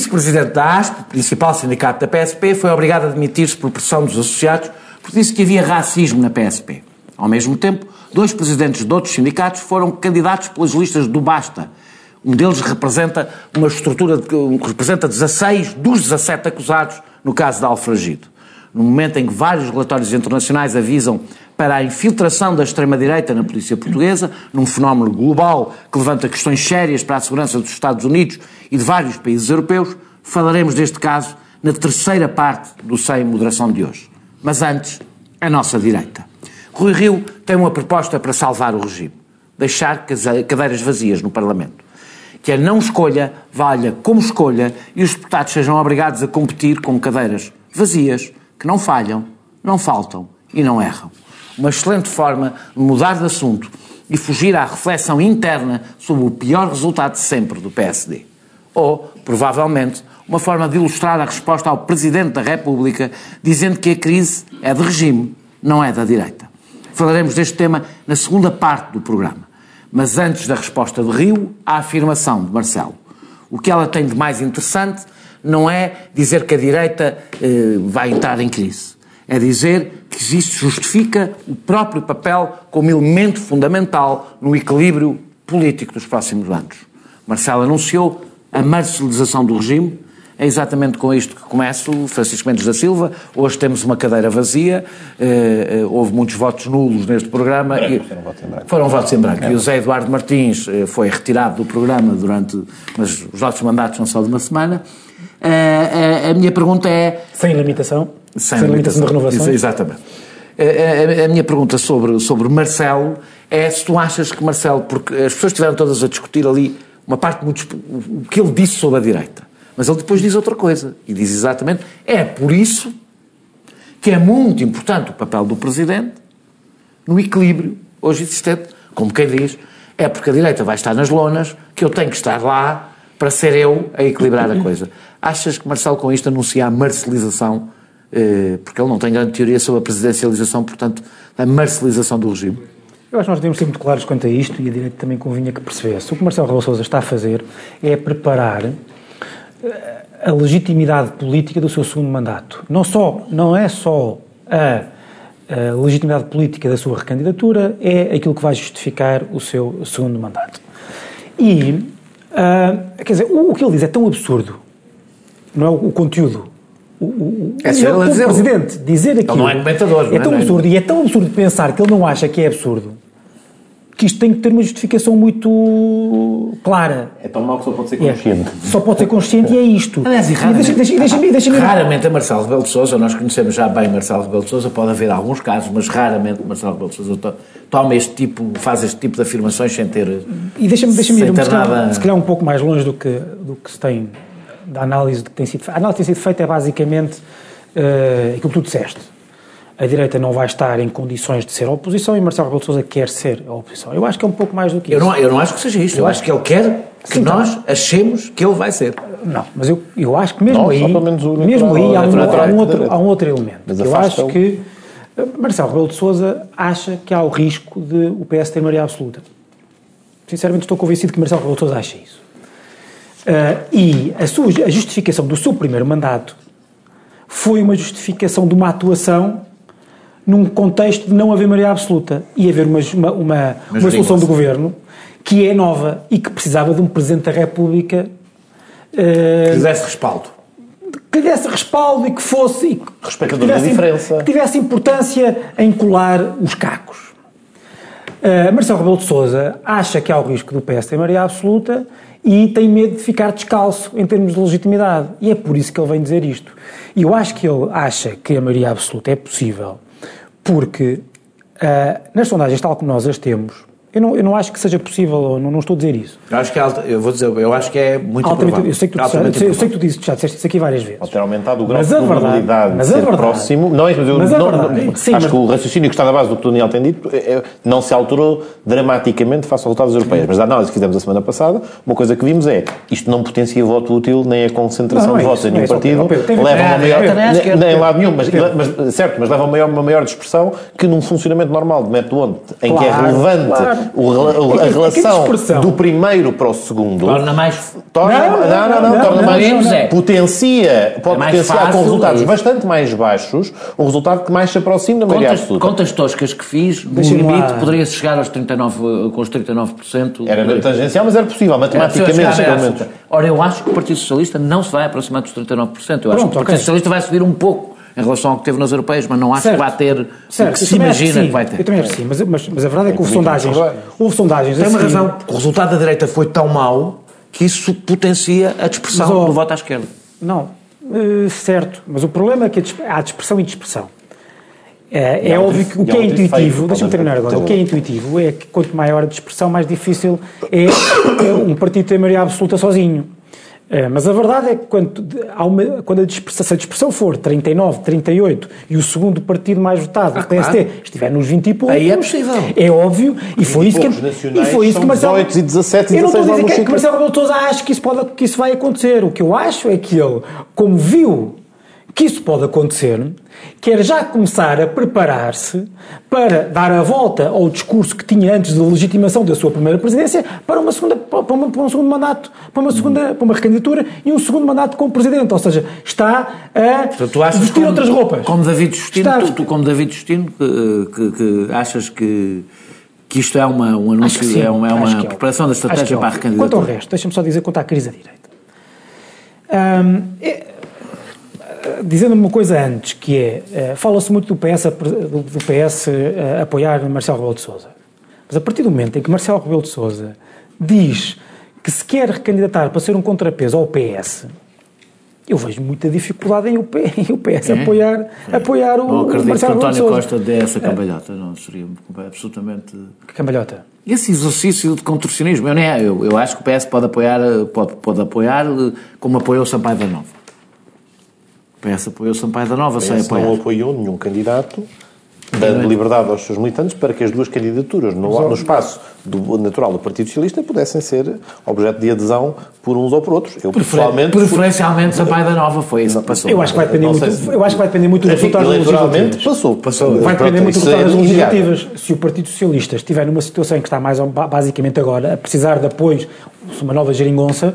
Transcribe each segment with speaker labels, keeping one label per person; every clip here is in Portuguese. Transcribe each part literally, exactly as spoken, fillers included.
Speaker 1: vice-presidente da A S P, principal sindicato da P S P, foi obrigado a demitir-se por pressão dos associados porque disse que havia racismo na P S P. Ao mesmo tempo, dois presidentes de outros sindicatos foram candidatos pelas listas do Basta. Um deles representa uma estrutura de, representa dezasseis dos dezassete acusados no caso de Alfragide. No momento em que vários relatórios internacionais avisam para a infiltração da extrema-direita na polícia portuguesa, num fenómeno global que levanta questões sérias para a segurança dos Estados Unidos e de vários países europeus, falaremos deste caso na terceira parte do Sem Moderação de hoje. Mas antes, a nossa direita. Rui Rio tem uma proposta para salvar o regime. Deixar cadeiras vazias no Parlamento. Que a não escolha valha como escolha e os deputados sejam obrigados a competir com cadeiras vazias, que não falham, não faltam e não erram. Uma excelente forma de mudar de assunto e fugir à reflexão interna sobre o pior resultado de sempre do P S D. Ou, provavelmente, uma forma de ilustrar a resposta ao Presidente da República dizendo que a crise é de regime, não é da direita. Falaremos deste tema na segunda parte do programa. Mas antes da resposta de Rio, a afirmação de Marcelo. O que ela tem de mais interessante não é dizer que a direita eh, vai entrar em crise. É dizer que isto justifica o próprio papel como elemento fundamental no equilíbrio político dos próximos anos. Marcelo anunciou a marcelização do regime. É exatamente com isto que começa o Francisco Mendes da Silva. Hoje temos uma cadeira vazia, eh, houve muitos votos nulos neste programa.
Speaker 2: Branco,
Speaker 1: e,
Speaker 2: foram votos em branco.
Speaker 1: Foram votos em branco.
Speaker 2: É.
Speaker 1: E o Zé Eduardo Martins eh, foi retirado do programa durante... Mas os outros mandatos são só de uma semana. Eh, a, a minha pergunta é...
Speaker 3: Sem limitação?
Speaker 1: Sem,
Speaker 3: sem limitação de renovação?
Speaker 1: Exatamente. A, a, a minha pergunta sobre, sobre Marcelo é se tu achas que Marcelo... Porque as pessoas estiveram todas a discutir ali uma parte muito... O que ele disse sobre a direita. Mas ele depois diz outra coisa, e diz exatamente, é por isso que é muito importante o papel do Presidente no equilíbrio hoje existente. Como quem diz, é porque a direita vai estar nas lonas que eu tenho que estar lá para ser eu a equilibrar a coisa. Achas que Marcelo com isto anuncia a marcelização, eh, porque ele não tem grande teoria sobre a presidencialização, portanto, a marcelização do regime?
Speaker 3: Eu acho que nós devemos ser muito claros quanto a isto, e a direita também convinha que percebesse. O que Marcelo Rebelo de Sousa está a fazer é preparar a legitimidade política do seu segundo mandato. Não, só, não é só a, a legitimidade política da sua recandidatura, é aquilo que vai justificar o seu segundo mandato. E, uh, quer dizer, o, o que ele diz é tão absurdo, não é o, o conteúdo. O, o,
Speaker 1: é
Speaker 3: ele, o dizer, Presidente dizer aquilo
Speaker 1: ele não é comentador, não é?
Speaker 3: É tão absurdo, e é tão absurdo pensar que ele não acha que é absurdo, que isto tem que ter uma justificação muito clara.
Speaker 2: É tão mau que só pode ser consciente.
Speaker 3: É, só pode ser consciente e é isto.
Speaker 1: Aliás, e raramente,
Speaker 3: e deixa, deixa, deixa, deixa, deixa
Speaker 1: raramente a Marcelo Rebelo de Sousa, nós conhecemos já bem Marcelo Rebelo de Sousa, pode haver alguns casos, mas raramente Marcelo Rebelo de Sousa to, toma este tipo, faz este tipo de afirmações sem ter...
Speaker 3: E deixa-me deixa ir,
Speaker 1: ter
Speaker 3: se,
Speaker 1: nada...
Speaker 3: calhar, se calhar um pouco mais longe do que, do que se tem, da análise que tem sido feita. A análise que tem sido feita é basicamente uh, aquilo que tu disseste. A direita não vai estar em condições de ser a oposição e Marcelo Rebelo de Sousa quer ser a oposição. Eu acho que é um pouco mais do que isso.
Speaker 1: Eu não, eu não acho que seja isto. Eu, eu acho que ele quer que Sim, nós tá. achemos que ele vai ser.
Speaker 3: Não, mas eu, eu acho que mesmo
Speaker 2: não,
Speaker 3: aí, mesmo aí há, um, há, um outro, há um outro elemento. Eu acho que Marcelo Rebelo de Sousa acha que há o risco de o P S ter maioria absoluta. Sinceramente estou convencido que Marcelo Rebelo de Sousa acha isso. Uh, e a, sua, a justificação do seu primeiro mandato foi uma justificação de uma atuação num contexto de não haver maioria absoluta e haver uma, uma, uma, uma solução do governo que é nova e que precisava de um Presidente da República
Speaker 1: uh, que desse respaldo.
Speaker 3: Que desse respaldo e que fosse... E
Speaker 2: respeitador da diferença.
Speaker 3: Que tivesse importância em colar os cacos. Uh, Marcelo Rebelo de Sousa acha que há o risco do P S ter maioria absoluta e tem medo de ficar descalço em termos de legitimidade. E é por isso que ele vem dizer isto. E eu acho que ele acha que a maioria absoluta é possível porque uh, nas sondagens tal como nós as temos, eu não, eu não acho que seja possível, não, não estou a dizer isso.
Speaker 1: Eu acho que é alta, eu vou dizer, eu acho que é muito
Speaker 3: provável. Eu sei que tu, eu sei, eu sei que tu dizes, já disseste isso aqui várias vezes.
Speaker 2: Pode ter aumentado o grau de probabilidade de ser
Speaker 3: verdade,
Speaker 2: próximo. Não, mas eu
Speaker 3: mas
Speaker 2: não,
Speaker 3: verdade,
Speaker 2: não,
Speaker 3: sim,
Speaker 2: acho
Speaker 3: mas...
Speaker 2: que o raciocínio que está na base do que o Daniel tem dito é, não se alterou dramaticamente face aos resultados europeus. Mas da análise que fizemos a semana passada, uma coisa que vimos é isto não potencia voto útil, nem a concentração não, não é de votos em nenhum partido, leva a uma maior... Nem em lado nenhum, mas certo, mas leva a uma maior dispersão que num funcionamento normal de método onde, em que é relevante o, o, a relação do primeiro para o segundo...
Speaker 1: Torna mais...
Speaker 2: Torna, não, não, não, não, não, torna mais... Não, não. Potencia, pode é potenciar fácil, com resultados é bastante mais baixos um resultado que mais se aproxima da maioria absoluta.
Speaker 1: Contas toscas que fiz, no limite poderia chegar aos trinta e nove por cento, com os trinta e nove por cento...
Speaker 2: Era tangencial, mas era possível, matematicamente. Era possível.
Speaker 1: Ora, eu acho que o Partido Socialista não se vai aproximar dos trinta e nove por cento. Eu Pronto, acho que o Partido okay. Socialista vai subir um pouco em relação ao que teve nas europeias, mas não acho certo. que vai ter certo. o que se imagina que, que vai ter.
Speaker 3: Eu também acho que sim, mas, mas, mas a verdade é que houve sondagens. Houve sondagens.
Speaker 1: Tem uma razão. O resultado da direita foi tão mau que isso potencia a dispersão mas, oh, do voto à esquerda.
Speaker 3: Não, uh, certo. Mas o problema é que há dispersão e dispersão. É, é óbvio que o que é intuitivo, deixa-me terminar agora, o que é intuitivo é que quanto maior a dispersão, mais difícil é, é um partido ter maioria absoluta sozinho. É, mas a verdade é que quando, há uma, quando a, dispersão, se a dispersão for trinta e nove, trinta e oito e o segundo partido mais votado, ah, o P S T, claro. estiver nos vinte e poucos,
Speaker 1: aí é possível.
Speaker 3: É óbvio, e foi isso que, e foi isso que Marcelo...
Speaker 2: dezoito e dezassete e
Speaker 3: eu não estou a dizer que, que Marcelo Rebelo de Sousa acha que isso, pode, que isso vai acontecer. O que eu acho é que ele, como viu que isso pode acontecer, quer já começar a preparar-se para dar a volta ao discurso que tinha antes da legitimação da sua primeira presidência para, uma segunda, para, uma, para um segundo mandato, para uma, segunda, para uma recandidatura e um segundo mandato como presidente. Ou seja, está a
Speaker 1: Portanto, tu achas
Speaker 3: vestir
Speaker 1: como,
Speaker 3: outras roupas.
Speaker 1: Como David Justino, está... tu, tu como David Justino, que, que, que achas que, que isto é uma, um anúncio, sim, é uma, é uma preparação é. da estratégia é para a recandidatura?
Speaker 3: Quanto ao resto, deixa-me só dizer quanto à crise da direita. Hum, é, dizendo uma coisa antes, que é, uh, fala-se muito do P S, do, do P S uh, apoiar Marcelo Rebelo de Sousa. Mas a partir do momento em que Marcelo Rebelo de Sousa diz que se quer recandidatar para ser um contrapeso ao P S, eu vejo muita dificuldade em o, P, em o P S é? apoiar, é. apoiar o,
Speaker 1: não acredito
Speaker 3: o Marcelo Rebelo de Sousa.
Speaker 1: António Costa dê essa cambalhota, não seria absolutamente...
Speaker 3: Que cambalhota?
Speaker 1: Esse exercício de contorcionismo, eu, nem, eu, eu acho que o P S pode apoiar, pode, pode apoiar como apoiou o Sampaio da Nova. O P S apoiou o Sampaio da Nova, sem apoiar.
Speaker 2: Não apoiou nenhum candidato, dando liberdade aos seus militantes para que as duas candidaturas no, no espaço do, natural do Partido Socialista pudessem ser objeto de adesão por uns ou por outros. Eu,
Speaker 1: pessoalmente... Preferencialmente fui... Sampaio da Nova foi isso que passou.
Speaker 3: Eu acho que vai depender muito, se... eu acho que vai depender muito do resultado das legislativas.
Speaker 2: Passou, passou.
Speaker 3: Vai depender muito do resultado das legislativas. Se o Partido Socialista estiver numa situação em que está mais basicamente agora a precisar de apoios, uma nova geringonça,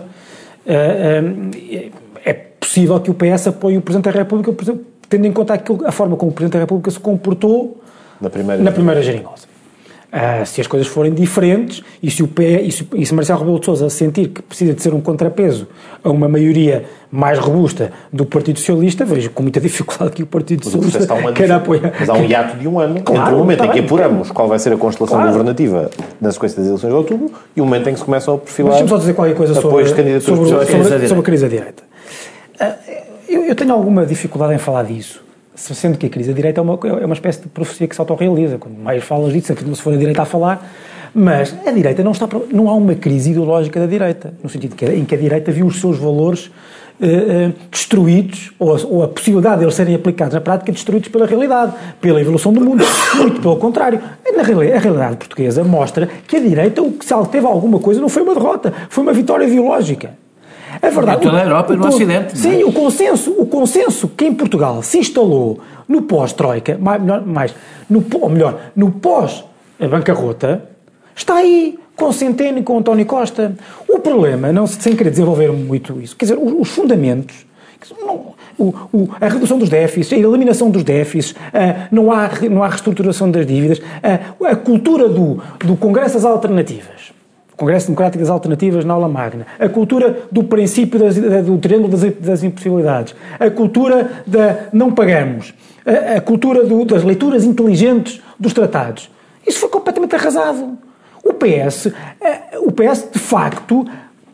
Speaker 3: é possível que o P S apoie o Presidente da República, por exemplo, tendo em conta aquilo, a forma como o Presidente da República se comportou
Speaker 2: na primeira,
Speaker 3: na primeira geringonça. Uh, se as coisas forem diferentes e se o P e se, e se Marcelo Rebelo de Sousa sentir que precisa de ser um contrapeso a uma maioria mais robusta do Partido Socialista, vejo com muita dificuldade que o Partido Socialista um queira apoiar.
Speaker 2: Mas há um hiato de um ano claro, entre o momento tá em que bem, apuramos qual vai ser a constelação claro. governativa na sequência das eleições de outubro e o momento em que se começam a perfilar.
Speaker 3: Deixa-me só dizer qualquer coisa sobre, sobre, sobre, sobre, sobre a crise da direita. Eu, eu tenho alguma dificuldade em falar disso, sendo que a crise da direita é uma, é uma espécie de profecia que se autorrealiza. Quando mais falas disso, se for a direita a falar, mas a direita não está, não há uma crise ideológica da direita, no sentido que, em que a direita viu os seus valores uh, uh, destruídos, ou a, ou a possibilidade de eles serem aplicados na prática destruídos pela realidade, pela evolução do mundo. Muito pelo contrário. Na realidade, a realidade portuguesa mostra que a direita, o que se teve alguma coisa, não foi uma derrota, foi uma vitória ideológica. É verdade.
Speaker 1: Em toda a Europa e no Ocidente.
Speaker 3: Sim, é? o, consenso, o consenso que em Portugal se instalou no pós-Troika, mais, mais, no, ou melhor, no pós-bancarrota, está aí, com Centeno e com António Costa. O problema, não, sem querer desenvolver muito isso, quer dizer, os, os fundamentos, não, o, o, a redução dos déficits, a eliminação dos déficits, a, não, há, não há reestruturação das dívidas, a, a cultura do, do Congresso das Alternativas, Congresso Democrático das Alternativas na aula magna, a cultura do princípio das, do triângulo das, das impossibilidades, a cultura da não pagamos, a, a cultura do, das leituras inteligentes dos tratados. Isso foi completamente arrasado. O P S, o P S de facto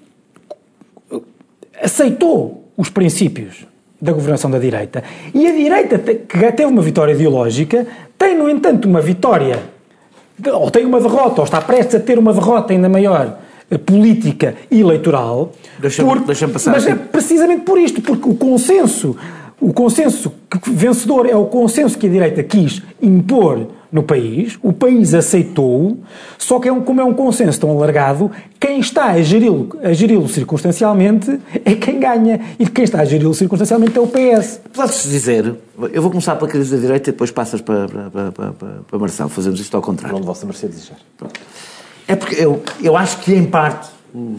Speaker 3: aceitou os princípios da governação da direita. E a direita, que teve uma vitória ideológica, tem, no entanto, uma vitória, ou tem uma derrota, ou está prestes a ter uma derrota ainda maior, política e eleitoral.
Speaker 1: Deixa-me deixa passar
Speaker 3: Mas
Speaker 1: assim.
Speaker 3: É precisamente por isto, porque o consenso, o consenso vencedor é o consenso que a direita quis impor no país, o país aceitou, só que é um, como é um consenso tão alargado, quem está a geri-lo, a geri-lo circunstancialmente é quem ganha, e quem está a geri-lo circunstancialmente é o P S.
Speaker 1: Podes dizer, eu vou começar pela crise da direita e depois passas para, para, para, para, para Marcelo, fazemos isto ao contrário.
Speaker 2: Não de vossa Mercedes já.
Speaker 1: Pronto. É porque eu, eu acho que, em parte, o,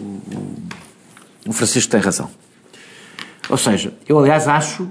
Speaker 1: o Francisco tem razão. Ou seja, eu, aliás, acho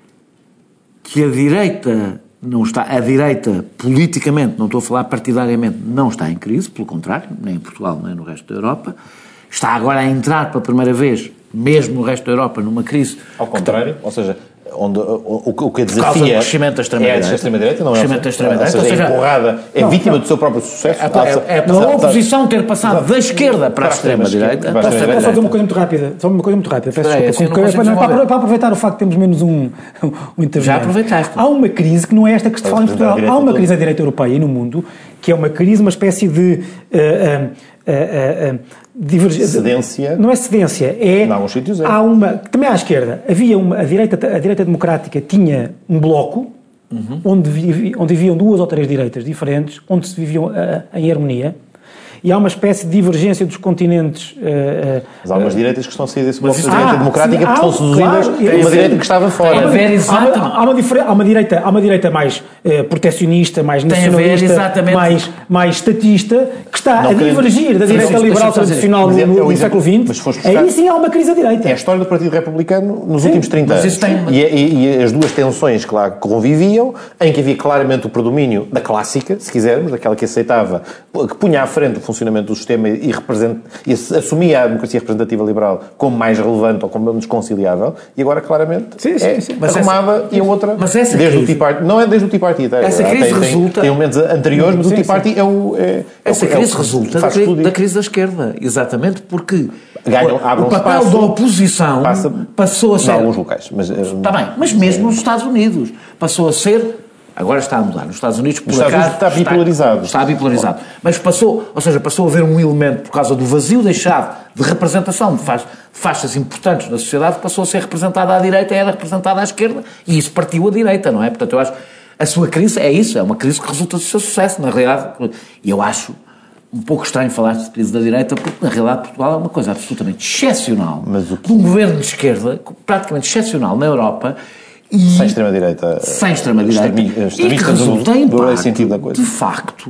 Speaker 1: que a direita não está... A direita, politicamente, não estou a falar partidariamente, não está em crise, pelo contrário, nem em Portugal, nem no resto da Europa. Está agora a entrar pela primeira vez, mesmo no resto da Europa, numa crise...
Speaker 2: Ao contrário, ou seja... Onde, o, o que desafia
Speaker 1: por causa do crescimento da extrema-direita.
Speaker 2: É a extrema-direita, não é?
Speaker 1: Crescimento da extrema-direita.
Speaker 2: Ou seja, é empurrada, é não, vítima não. do seu próprio sucesso.
Speaker 1: É, é, é, é a oposição ter passado da esquerda para a extrema-direita.
Speaker 3: Posso fazer uma coisa muito rápida? Só uma coisa muito rápida. Peço desculpa. Assim, porque, para, para, para aproveitar o facto de termos menos um, um interveniente.
Speaker 1: Já aproveitaste.
Speaker 3: Há uma crise que não é esta que se fala em Portugal. Há uma crise da direita europeia e no mundo, que é uma crise, uma espécie de... Uh, uh, uh, uh, divergência.
Speaker 2: Cedência.
Speaker 3: Não é cedência, é...
Speaker 2: Em alguns sítios é.
Speaker 3: Há uma... Também à esquerda. Havia uma... A direita, a direita democrática tinha um bloco uhum. onde, vivi, onde viviam duas ou três direitas diferentes, onde se viviam uh, em harmonia. E há uma espécie de divergência dos continentes... Uh, uh,
Speaker 2: mas há umas uh, direitas que estão a sair desse bloco da direita democrática sim, porque estão seduzidas
Speaker 3: claro,
Speaker 2: por uma direita que estava fora.
Speaker 1: Tem a ver exatamente.
Speaker 3: Há, há, uma, há, uma direita, há uma direita mais uh, proteccionista, mais nacionalista, mais, mais estatista, que está não a divergir da direita sim, liberal tradicional no, no, no século vinte. Aí sim há uma crise da direita.
Speaker 2: É a história do Partido Republicano nos sim, últimos trinta anos. Tem... E, e, e as duas tensões que lá conviviam, em que havia claramente o predomínio da clássica, se quisermos, daquela que aceitava, que punha à frente o funcionamento do sistema e, represent, e assumia a democracia representativa liberal como mais relevante ou como menos conciliável, e agora claramente
Speaker 3: sim, sim,
Speaker 2: é
Speaker 3: sim.
Speaker 2: arrumada essa, e a outra
Speaker 1: mas essa
Speaker 2: desde
Speaker 1: crise,
Speaker 2: o Tea Party. Não é desde o Tea Party, tá?
Speaker 1: Essa crise
Speaker 2: tem,
Speaker 1: resulta...
Speaker 2: Tem, tem momentos anteriores, mas sim, o Tea Party sim. é o... É,
Speaker 1: essa
Speaker 2: é,
Speaker 1: crise
Speaker 2: é o,
Speaker 1: resulta da crise, da crise da esquerda, exatamente porque
Speaker 2: Ganham,
Speaker 1: o papel
Speaker 2: espaço,
Speaker 1: da oposição
Speaker 2: passa,
Speaker 1: passou a ser...
Speaker 2: Em alguns locais. Mas,
Speaker 1: está bem, mas mesmo é, nos Estados Unidos passou a ser... Agora está a mudar. Nos Estados Unidos, por acaso,
Speaker 2: está bipolarizado.
Speaker 1: Está, está bipolarizado. Mas passou, ou seja, passou a haver um elemento, por causa do vazio deixado de representação de faixas importantes na sociedade, passou a ser representada à direita e era representada à esquerda, e isso partiu à direita, não é? Portanto, eu acho a sua crise é isso, é uma crise que resulta do seu sucesso, na realidade. E eu acho um pouco estranho falar de crise da direita, porque na realidade Portugal é uma coisa absolutamente excepcional.
Speaker 2: Mas o que...
Speaker 1: de um governo de esquerda, praticamente excepcional na Europa.
Speaker 2: E sem extrema-direita.
Speaker 1: Sem extrema-direita. E que resulta em parte, de facto,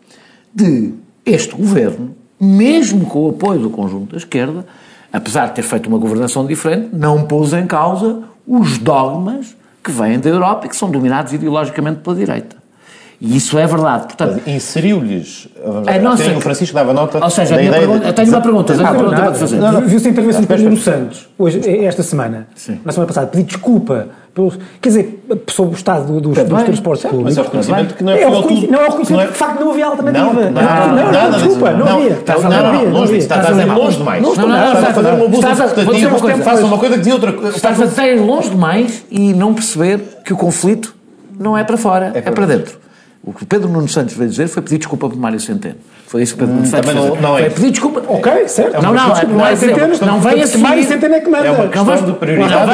Speaker 1: de este governo, mesmo com o apoio do conjunto da esquerda, apesar de ter feito uma governação diferente, não pôs em causa os dogmas que vêm da Europa e que são dominados ideologicamente pela direita. E isso é verdade. Portanto,
Speaker 2: inseriu-lhes...
Speaker 1: A nossa...
Speaker 2: O Francisco dava nota...
Speaker 1: Ou seja, a minha pergunta, de... eu tenho uma pergunta, tenho uma pergunta para te fazer.
Speaker 3: Viu-se a intervenção do Pedro Santos, hoje, esta semana,
Speaker 1: Sim.
Speaker 3: na semana passada, pedir desculpa pelos, quer dizer, sobre o estado dos, dos, dos transportes públicos.
Speaker 2: Mas é o reconhecimento que não é...
Speaker 3: É o reconhecimento, não é o reconhecimento que, de facto, não havia alternativa.
Speaker 2: Não, não,
Speaker 3: não, não, desculpa, não havia.
Speaker 2: Estás a fazer longe disso, estás a fazer longe demais.
Speaker 1: Não, não, não, estás a fazer um abuso interpretativo,
Speaker 2: faça uma coisa que dizia outra coisa.
Speaker 1: Estás a fazer longe demais e não perceber que o conflito não é para fora, é para dentro. O que o Pedro Nuno Santos veio dizer foi pedir desculpa por Mário Centeno. Foi isso que o Pedro Nuno Santos
Speaker 2: fez. Não é.
Speaker 1: Foi pedir desculpa.
Speaker 3: Ok, certo.
Speaker 1: Não, não, não,
Speaker 3: Mário Centeno,
Speaker 1: não vem a seguir.
Speaker 3: Mário Centeno é que manda.
Speaker 2: É uma questão de prioridade.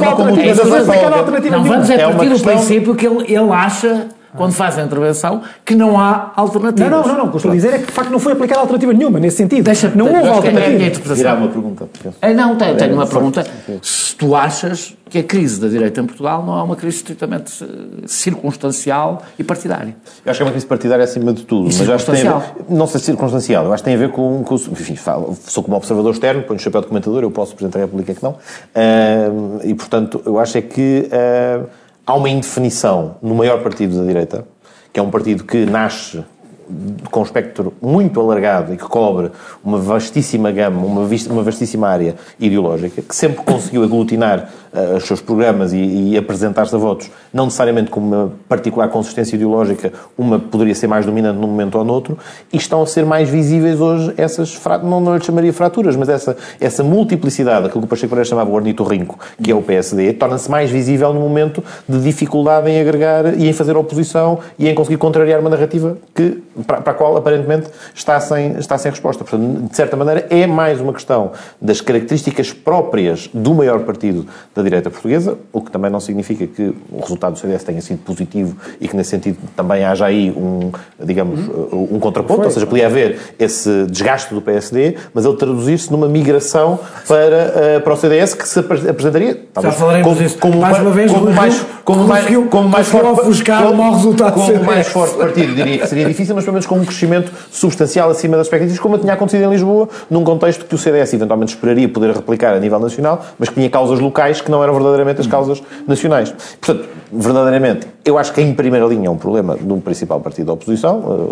Speaker 1: Não vamos é partir do princípio que ele acha, quando faz a intervenção, que não há alternativas.
Speaker 3: Não, não, não, não. O que estou a dizer é que, de facto, não foi aplicada alternativa nenhuma, nesse sentido.
Speaker 1: Deixa,
Speaker 3: não houve alternativa.
Speaker 2: Virar uma pergunta.
Speaker 1: Não, tenho, tenho uma pergunta. Se tu achas que a crise da direita em Portugal não é uma crise estritamente circunstancial e partidária?
Speaker 2: Eu acho que é uma crise partidária acima de tudo. Mas acho que tem a ver, não sei se circunstancial, eu acho que tem a ver com... com enfim, falo, sou como observador externo, ponho o chapéu de comentador, eu posso, Presidente da República, que não. Uh, e, portanto, eu acho é que... Uh, há uma indefinição no maior partido da direita, que é um partido que nasce com um espectro muito alargado e que cobre uma vastíssima gama, uma, uma vastíssima área ideológica, que sempre conseguiu aglutinar uh, os seus programas e, e apresentar-se a votos, não necessariamente com uma particular consistência ideológica, uma poderia ser mais dominante num momento ou noutro, e estão a ser mais visíveis hoje essas, não, não lhe chamaria fraturas, mas essa, essa multiplicidade, aquilo que o Pacheco Pereira chamava o ornitorrinco, que é o P S D, torna-se mais visível no momento de dificuldade em agregar e em fazer oposição e em conseguir contrariar uma narrativa que Para, para a qual, aparentemente, está sem, está sem resposta. Portanto, de certa maneira, é mais uma questão das características próprias do maior partido da direita portuguesa, o que também não significa que o resultado do C D S tenha sido positivo e que, nesse sentido, também haja aí um, digamos, um contraponto, ou seja, podia haver esse desgaste do P S D, mas ele traduzir-se numa migração para, uh, para o C D S que se apresentaria, talvez,
Speaker 1: falaremos disso.
Speaker 2: Como
Speaker 1: mais uma vez,
Speaker 2: como mais, como mais, como mais forte,
Speaker 1: como,
Speaker 2: como mais forte partido, diria que seria difícil, mas mas pelo menos com um crescimento substancial acima das expectativas, como tinha acontecido em Lisboa, num contexto que o C D S eventualmente esperaria poder replicar a nível nacional, mas que tinha causas locais que não eram verdadeiramente as causas nacionais. Portanto, verdadeiramente, eu acho que em primeira linha é um problema de um principal partido da oposição.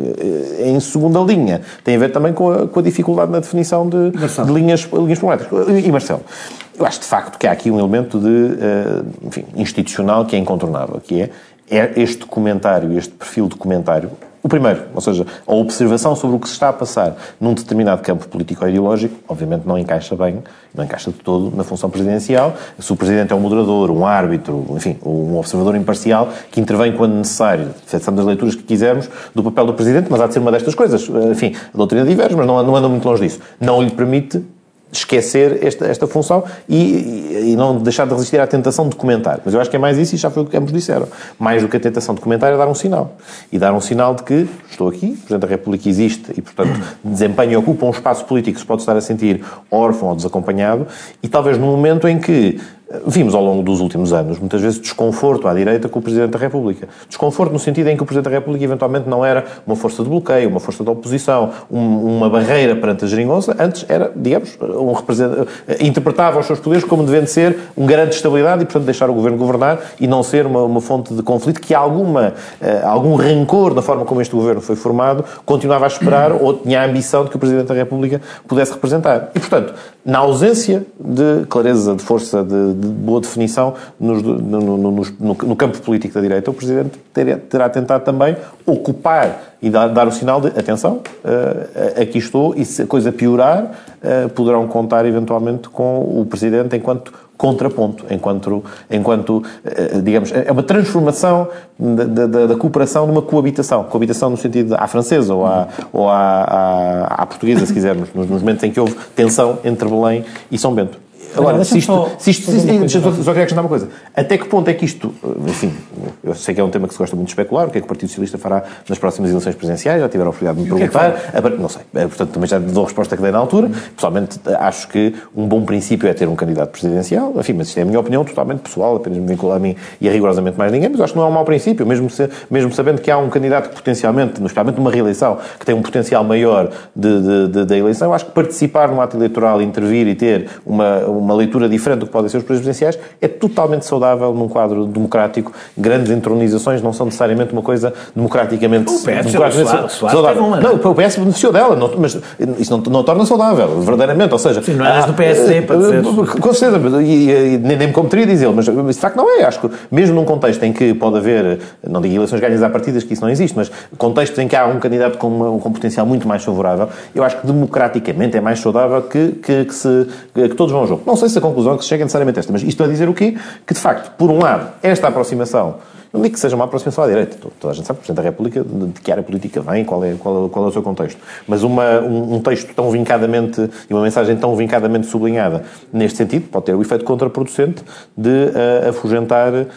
Speaker 2: Em segunda linha, tem a ver também com a, com a dificuldade na definição de, de linhas, linhas problemáticas. E Marcelo, eu acho de facto que há aqui um elemento de, enfim, institucional que é incontornável, que é, é este documentário, este perfil de comentário. O primeiro, ou seja, a observação sobre o que se está a passar num determinado campo político-ideológico, obviamente não encaixa bem, não encaixa de todo na função presidencial. Se o Presidente é um moderador, um árbitro, enfim, um observador imparcial, que intervém quando necessário, façamos as leituras que quisermos do papel do Presidente, mas há de ser uma destas coisas. Enfim, a doutrina diverge, mas não, não anda muito longe disso. Não lhe permite esquecer esta, esta função e, e não deixar de resistir à tentação de comentar. Mas eu acho que é mais isso, e já foi o que ambos disseram. Mais do que a tentação de comentar é dar um sinal. E dar um sinal de que estou aqui, o Presidente da República existe e, portanto, desempenha e ocupa um espaço político que se pode estar a sentir órfão ou desacompanhado, e talvez no momento em que vimos ao longo dos últimos anos, muitas vezes, desconforto à direita com o Presidente da República. Desconforto no sentido em que o Presidente da República eventualmente não era uma força de bloqueio, uma força de oposição, um, uma barreira perante a geringonça. Antes era, digamos, um representante, interpretava os seus poderes como devendo ser um garante de estabilidade e, portanto, deixar o Governo governar e não ser uma, uma fonte de conflito que alguma, uh, algum rancor na forma como este Governo foi formado continuava a esperar ou tinha a ambição de que o Presidente da República pudesse representar. E, portanto, na ausência de clareza, de força, de de boa definição nos, no, no, no, no, no campo político da direita, o Presidente terá, terá tentado também ocupar e dar, dar o sinal de atenção, uh, aqui estou, e se a coisa piorar, uh, poderão contar eventualmente com o Presidente enquanto contraponto, enquanto, enquanto uh, digamos, é uma transformação da, da, da cooperação numa coabitação. Coabitação no sentido à francesa ou à, ou à, à, à portuguesa, se quisermos, nos, nos momentos em que houve tensão entre Belém e São Bento. Agora, se isto, só, se isto, se isto, se isto, só queria acrescentar uma coisa. Até que ponto é que isto, enfim, eu sei que é um tema que se gosta muito de especular, o que é que o Partido Socialista fará nas próximas eleições presidenciais, já tiveram a oportunidade de me perguntar, é que não sei, portanto também já dou a resposta que dei na altura. Pessoalmente acho que um bom princípio é ter um candidato presidencial, enfim, mas isto é a minha opinião totalmente pessoal, apenas me vincula a mim e a rigorosamente mais ninguém, mas acho que não é um mau princípio, mesmo, se, mesmo sabendo que há um candidato que potencialmente, especialmente numa reeleição, que tem um potencial maior de, de, de, da eleição, eu acho que participar no ato eleitoral, intervir e ter uma, uma leitura diferente do que podem ser os presidenciais, é totalmente saudável num quadro democrático. Grandes entronizações não são necessariamente uma coisa democraticamente,
Speaker 1: o P S
Speaker 2: democraticamente saudável. Uma, não, o P S beneficiou dela, não, mas isso não, não torna saudável, verdadeiramente, ou seja...
Speaker 1: Sim, não eras do P S D, para dizer.
Speaker 2: Com certeza, e, e nem, nem me competeria dizê-lo, mas de facto não é. Acho que mesmo num contexto em que pode haver, não digo eleições ganhas à partidas, que isso não existe, mas contextos em que há um candidato com, uma, com um potencial muito mais favorável, eu acho que democraticamente é mais saudável que, que, que, se, que todos vão ao jogo. Não sei se a conclusão que se chega é necessariamente esta, mas isto a dizer o quê? Que, de facto, por um lado, esta aproximação, não digo que seja uma aproximação à direita, toda a gente sabe que o Presidente da República de que área política vem, qual é, qual é, qual é o seu contexto, mas uma, um, um texto tão vincadamente, e uma mensagem tão vincadamente sublinhada neste sentido, pode ter o efeito contraproducente de uh, afugentar uh,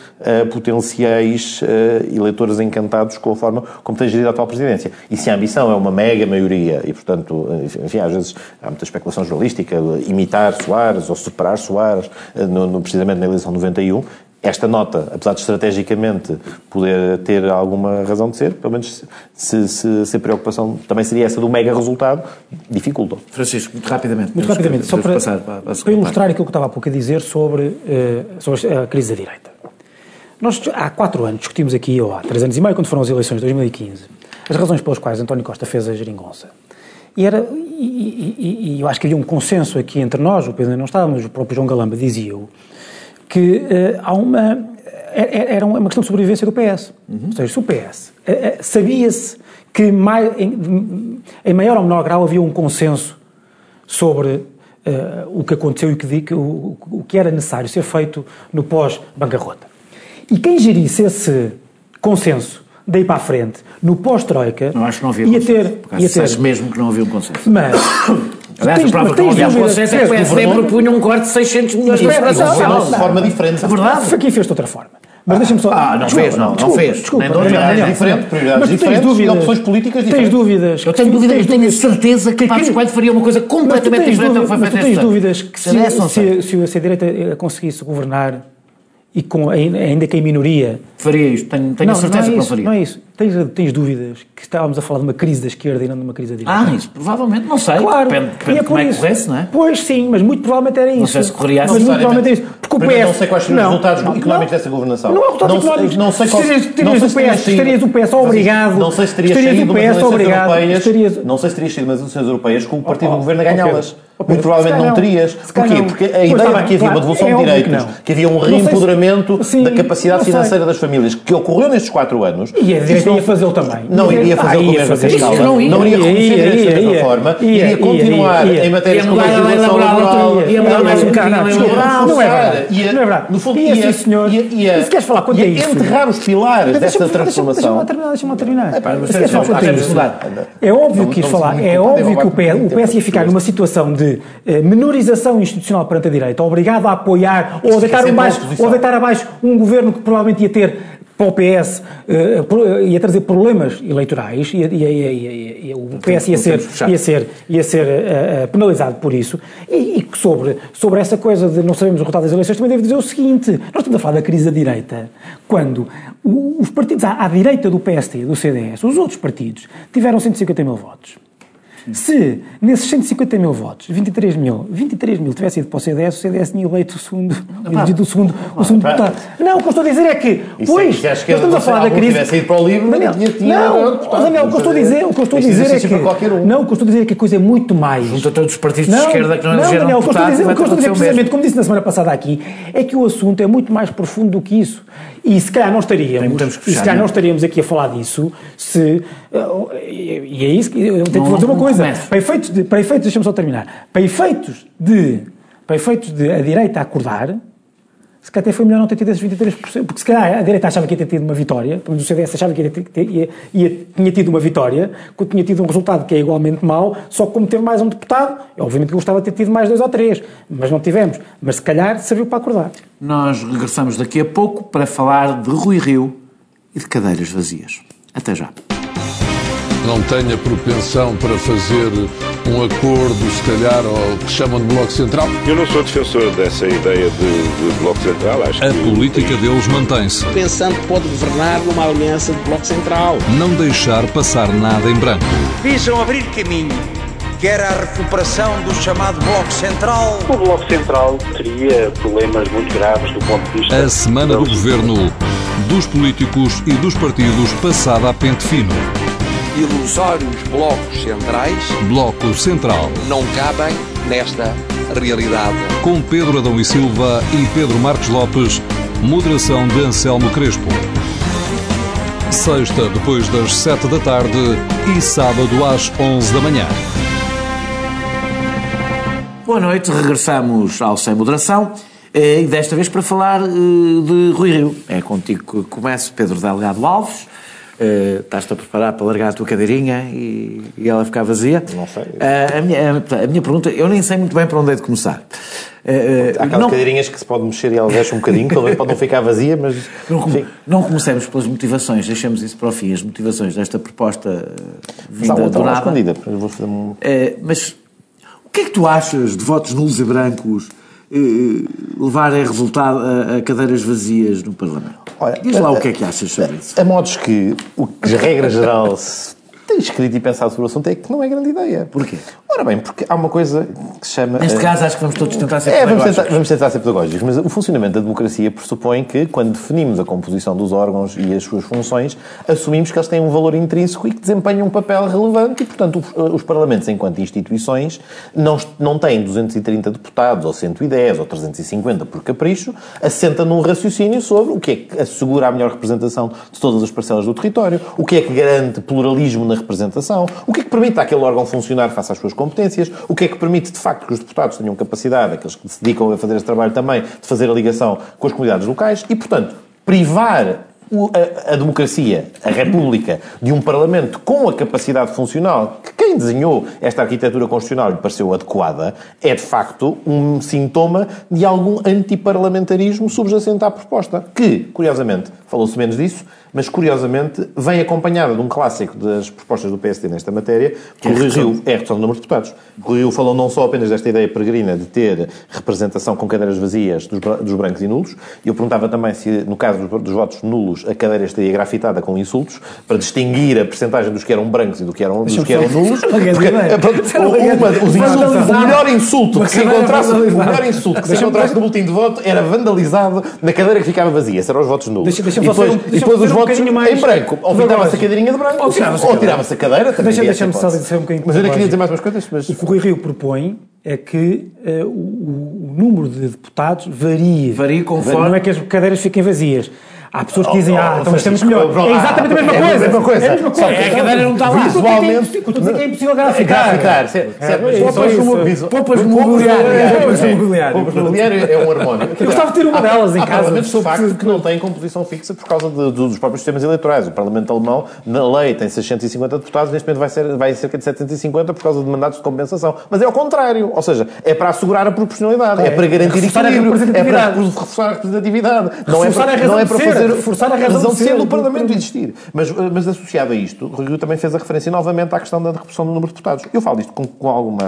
Speaker 2: potenciais uh, eleitores encantados com a forma como tem gerido a atual presidência. E se a ambição é uma mega maioria, e portanto, enfim, às vezes há muita especulação jornalística, imitar Soares ou superar Soares, uh, no, no, precisamente na eleição de noventa e um, esta nota, apesar de estrategicamente poder ter alguma razão de ser, pelo menos se, se, se a preocupação também seria essa do mega resultado, dificulta.
Speaker 1: Francisco, muito rapidamente.
Speaker 3: Muito rapidamente, só para, passar para, para, para ilustrar aquilo que eu estava há pouco a dizer sobre, uh, sobre a crise da direita. Nós há quatro anos discutimos aqui, ou há três anos e meio, quando foram as eleições de dois mil e quinze, as razões pelas quais António Costa fez a geringonça. E, era, e, e, e eu acho que havia um consenso aqui entre nós, o Pedro não estava, mas o próprio João Galamba dizia-o, que uh, há uma, era uma questão de sobrevivência do P S. Uhum. Ou seja, se o P S, uh, uh, sabia-se que mais, em, em maior ou menor grau havia um consenso sobre uh, o que aconteceu e que, que, o, o que era necessário ser feito no pós-bancarrota. E quem gerisse esse consenso daí para a frente, no pós-troika...
Speaker 1: Não, acho que não havia
Speaker 3: ia
Speaker 1: consenso.
Speaker 3: ter, ia ter
Speaker 1: acho mesmo que não havia um consenso.
Speaker 3: Mas...
Speaker 1: Aliás, a prova que não havia um consenso é que o P S D propunha um corte de seiscentos milhões de euros
Speaker 2: de forma diferente.
Speaker 1: É verdade.
Speaker 3: Aqui fez de outra forma. Mas deixa-me só...
Speaker 1: Ah, não desculpa, fez, não. Desculpa, não fez.
Speaker 3: Desculpa.
Speaker 1: Nem de outra
Speaker 2: prioridades diferentes, prioridades diferentes
Speaker 3: dúvidas,
Speaker 2: e opções políticas diferentes.
Speaker 3: Tens dúvidas...
Speaker 1: Eu tenho dúvidas, eu tenho a certeza que Passos Coelho faria uma coisa completamente diferente do que foi feito.
Speaker 3: Mas tu tens dúvidas que se, se, se a direita conseguisse governar e com, ainda que em minoria...
Speaker 1: Faria isto, tenho, tenho
Speaker 3: não,
Speaker 1: a certeza
Speaker 3: não é
Speaker 1: que não
Speaker 3: isso,
Speaker 1: faria.
Speaker 3: Não é isso. Tens, tens dúvidas que estávamos a falar de uma crise da esquerda e não de uma crise da direita?
Speaker 1: Ah, isso provavelmente, não sei.
Speaker 3: Claro.
Speaker 1: Depende, depende
Speaker 3: é
Speaker 1: de como é que
Speaker 3: isso.
Speaker 1: corresse, não é?
Speaker 3: Pois sim, mas muito provavelmente era isso.
Speaker 1: Não sei se correria assim.
Speaker 3: Mas muito provavelmente era isso. Porque o P S...
Speaker 2: não sei quais seriam os resultados não, económicos não, dessa governação.
Speaker 3: Não é resultados económicos.
Speaker 2: Não sei qual...
Speaker 3: Estarias o P S obrigado...
Speaker 2: Não sei se terias saído umas eleições europeias... Não sei se terias saído umas eleições europeias com o partido do governo a ganhá-las. Muito provavelmente não terias. Porquê? Porque a ideia era que havia uma devolução de direitos, que havia um reempoderamento da capacidade financeira das famílias, que ocorreu nestes quatro anos.
Speaker 3: E a direita ia fazê-lo também.
Speaker 2: Não iria fazê-lo com a mesma escala. Não iria reconhecer direitos da mesma forma. Iria continuar em matérias de legislação laboral.
Speaker 3: Ia mudar mais um bocadinho. Não é verdade. Não é verdade.
Speaker 2: No fundo,
Speaker 3: ia, senhor,
Speaker 2: ia,
Speaker 3: se queres falar quanto é isso,
Speaker 2: enterrar os pilares desta transformação.
Speaker 3: Deixa-me terminar. É óbvio que quis falar. É óbvio que o P S ia ficar numa situação de menorização institucional perante a direita, obrigado a apoiar ou a deitar, abaixo, ou a deitar abaixo um governo que provavelmente ia ter para o P S, uh, ia trazer problemas eleitorais, e, e, e, e o P S ia ser, ia ser, ia ser uh, penalizado por isso, e, e sobre, sobre essa coisa de não sabemos o resultado das eleições, também devo dizer o seguinte: nós estamos a falar da crise da direita, quando os partidos à, à direita do P S T, do C D S, os outros partidos, tiveram cento e cinquenta mil votos. Se, nesses cento e cinquenta mil votos, vinte e três mil, vinte e três mil tivesse ido para o C D S, o C D S tinha eleito o segundo, elegido o segundo, o segundo deputado. Não, o que eu estou a dizer é que, pois, nós estamos a falar da crise...
Speaker 2: tivesse ido para o livro,
Speaker 3: Daniel, não, Daniel, o que eu estou a dizer, o que eu estou a dizer é que... Não, o que eu estou a dizer é que a coisa é muito mais...
Speaker 1: Junto a todos os partidos de esquerda que não elegeram
Speaker 3: Daniel,
Speaker 1: deputados,
Speaker 3: o que eu estou a dizer, precisamente, como disse na semana passada aqui, é que o assunto é muito mais profundo do que isso. E se calhar não estaríamos, e se calhar não estaríamos aqui a falar disso se... E é isso que... Eu tenho que dizer uma coisa. Para efeitos de... Para efeitos, deixa-me só terminar. Para efeitos de... Para efeitos de a direita acordar, se calhar até foi melhor não ter tido esses vinte e três por cento, porque se calhar a direita achava que ia ter tido uma vitória, pelo menos o C D S achava que ia ter, ia, ia, tinha tido uma vitória, quando tinha tido um resultado que é igualmente mau, só que como teve mais um deputado, obviamente que eu gostava de ter tido mais dois ou três, mas não tivemos. Mas se calhar serviu para acordar.
Speaker 1: Nós regressamos daqui a pouco para falar de Rui Rio e de cadeiras vazias. Até já.
Speaker 4: Não tenha propensão para fazer um acordo, se calhar, ao que chamam de Bloco Central?
Speaker 5: Eu não sou defensor dessa ideia de, de Bloco Central. Acho
Speaker 6: a
Speaker 5: que
Speaker 6: política deles mantém-se.
Speaker 7: Pensando que pode governar numa aliança de Bloco Central.
Speaker 6: Não deixar passar nada em branco.
Speaker 8: Visam abrir caminho, quer a recuperação do chamado Bloco Central.
Speaker 9: O Bloco Central teria problemas muito graves do ponto de vista...
Speaker 6: A semana do governo, dos políticos e dos partidos passada a pente fino.
Speaker 10: Ilusórios blocos centrais
Speaker 6: Bloco Central
Speaker 10: não cabem nesta realidade.
Speaker 6: Com Pedro Adão e Silva e Pedro Marcos Lopes, moderação de Anselmo Crespo. Sexta depois das sete da tarde e sábado às onze da manhã.
Speaker 1: Boa noite, regressamos ao Sem Moderação e desta vez para falar de Rui Rio. É contigo que começo, Pedro Delgado Alves. Uh, estás-te a preparar para largar a tua cadeirinha e, e ela ficar vazia?
Speaker 2: Não sei.
Speaker 1: Uh, a, minha, a, a minha pergunta, eu nem sei muito bem para onde é de começar.
Speaker 2: Uh, Há aquelas não, cadeirinhas que se pode mexer e ela deixa um bocadinho, talvez pode não ficar vazia, mas...
Speaker 1: Não, não comecemos pelas motivações, deixemos isso para o fim, as motivações desta proposta vinda
Speaker 2: mas
Speaker 1: do nada.
Speaker 2: Escondida, eu vou fazer um...
Speaker 1: uh, mas o que é que tu achas de votos nulos e brancos uh, levarem a resultado a, a cadeiras vazias no Parlamento? Olha, diz lá a, o que é que achas sobre isso.
Speaker 2: A modos que, o que, regra geral, se tem escrito e pensado sobre o assunto é que não é grande ideia.
Speaker 1: Porquê?
Speaker 2: Ora bem, porque há uma coisa que se chama...
Speaker 1: Neste uh, caso, acho que vamos todos tentar ser
Speaker 2: é,
Speaker 1: pedagógicos.
Speaker 2: Vamos tentar, vamos tentar ser pedagógicos, mas o funcionamento da democracia pressupõe que, quando definimos a composição dos órgãos e as suas funções, assumimos que eles têm um valor intrínseco e que desempenham um papel relevante e, portanto, os, os parlamentos, enquanto instituições, não, não têm duzentos e trinta deputados, ou cento e dez, ou trezentos e cinquenta por capricho, assenta num raciocínio sobre o que é que assegura a melhor representação de todas as parcelas do território, o que é que garante pluralismo na representação, o que é que permite àquele órgão funcionar face às suas competências, o que é que permite, de facto, que os deputados tenham capacidade, aqueles que se dedicam a fazer esse trabalho também, de fazer a ligação com as comunidades locais e, portanto, privar a, a democracia, a república, de um parlamento com a capacidade funcional que quem desenhou esta arquitetura constitucional lhe pareceu adequada, é, de facto, um sintoma de algum antiparlamentarismo subjacente à proposta, que, curiosamente, falou-se menos disso, mas curiosamente vem acompanhada de um clássico das propostas do P S D nesta matéria, que o Rui Rio é a redução do número de deputados. O Rui Rio falou não só apenas desta ideia peregrina de ter representação com cadeiras vazias dos, dos brancos e nulos, e eu perguntava também se, no caso dos, dos votos nulos, a cadeira estaria grafitada com insultos, para distinguir a percentagem dos que eram brancos e do que eram, dos que eram nulos. Porque, uma, os insultos, o melhor insulto que se encontrasse, o melhor insulto que se encontrasse no boletim de voto era vandalizado na cadeira que ficava vazia. Esses eram os votos nulos. Deixa, deixa e depois, um, e depois os votos mais... em branco. Ou tirava-se a cadeirinha de branco, ou tirava-se a, tirava a cadeira.
Speaker 3: Deixa, Deixa-me só dizer um bocadinho.
Speaker 2: Mas eu ainda queria dizer mais umas coisas. Mas...
Speaker 3: O que o Rui Rio propõe é que uh, o, o número de deputados varia.
Speaker 1: Varia conforme...
Speaker 3: Não é que as cadeiras fiquem vazias. Há pessoas que dizem, ah, então isto é muito melhor. É exatamente a mesma coisa.
Speaker 2: É a mesma coisa.
Speaker 3: É a mesma coisa.
Speaker 1: É, a cadeira não está lá.
Speaker 3: Visualmente... O que é impossível graficar.
Speaker 1: Poupas mobiliário.
Speaker 2: Poupas mobiliário é um harmónio.
Speaker 3: Eu gostava de ter uma delas em casa.
Speaker 2: Há parlamentos, de facto, que não têm composição fixa por causa de, dos próprios sistemas eleitorais. O Parlamento Alemão, na lei, tem seiscentos e cinquenta deputados, neste momento vai ser vai cerca de setecentos e cinquenta por causa de mandatos de compensação. Mas é ao contrário. Ou seja, é para assegurar a proporcionalidade, é, é para garantir equilíbrio, é para reforçar a representatividade. Não é para, não é para fazer
Speaker 3: reforçar a razão de ser
Speaker 2: do Parlamento existir. Mas, mas associado a isto, o Rui também fez a referência novamente à questão da redução do número de deputados. Eu falo disto com, com alguma...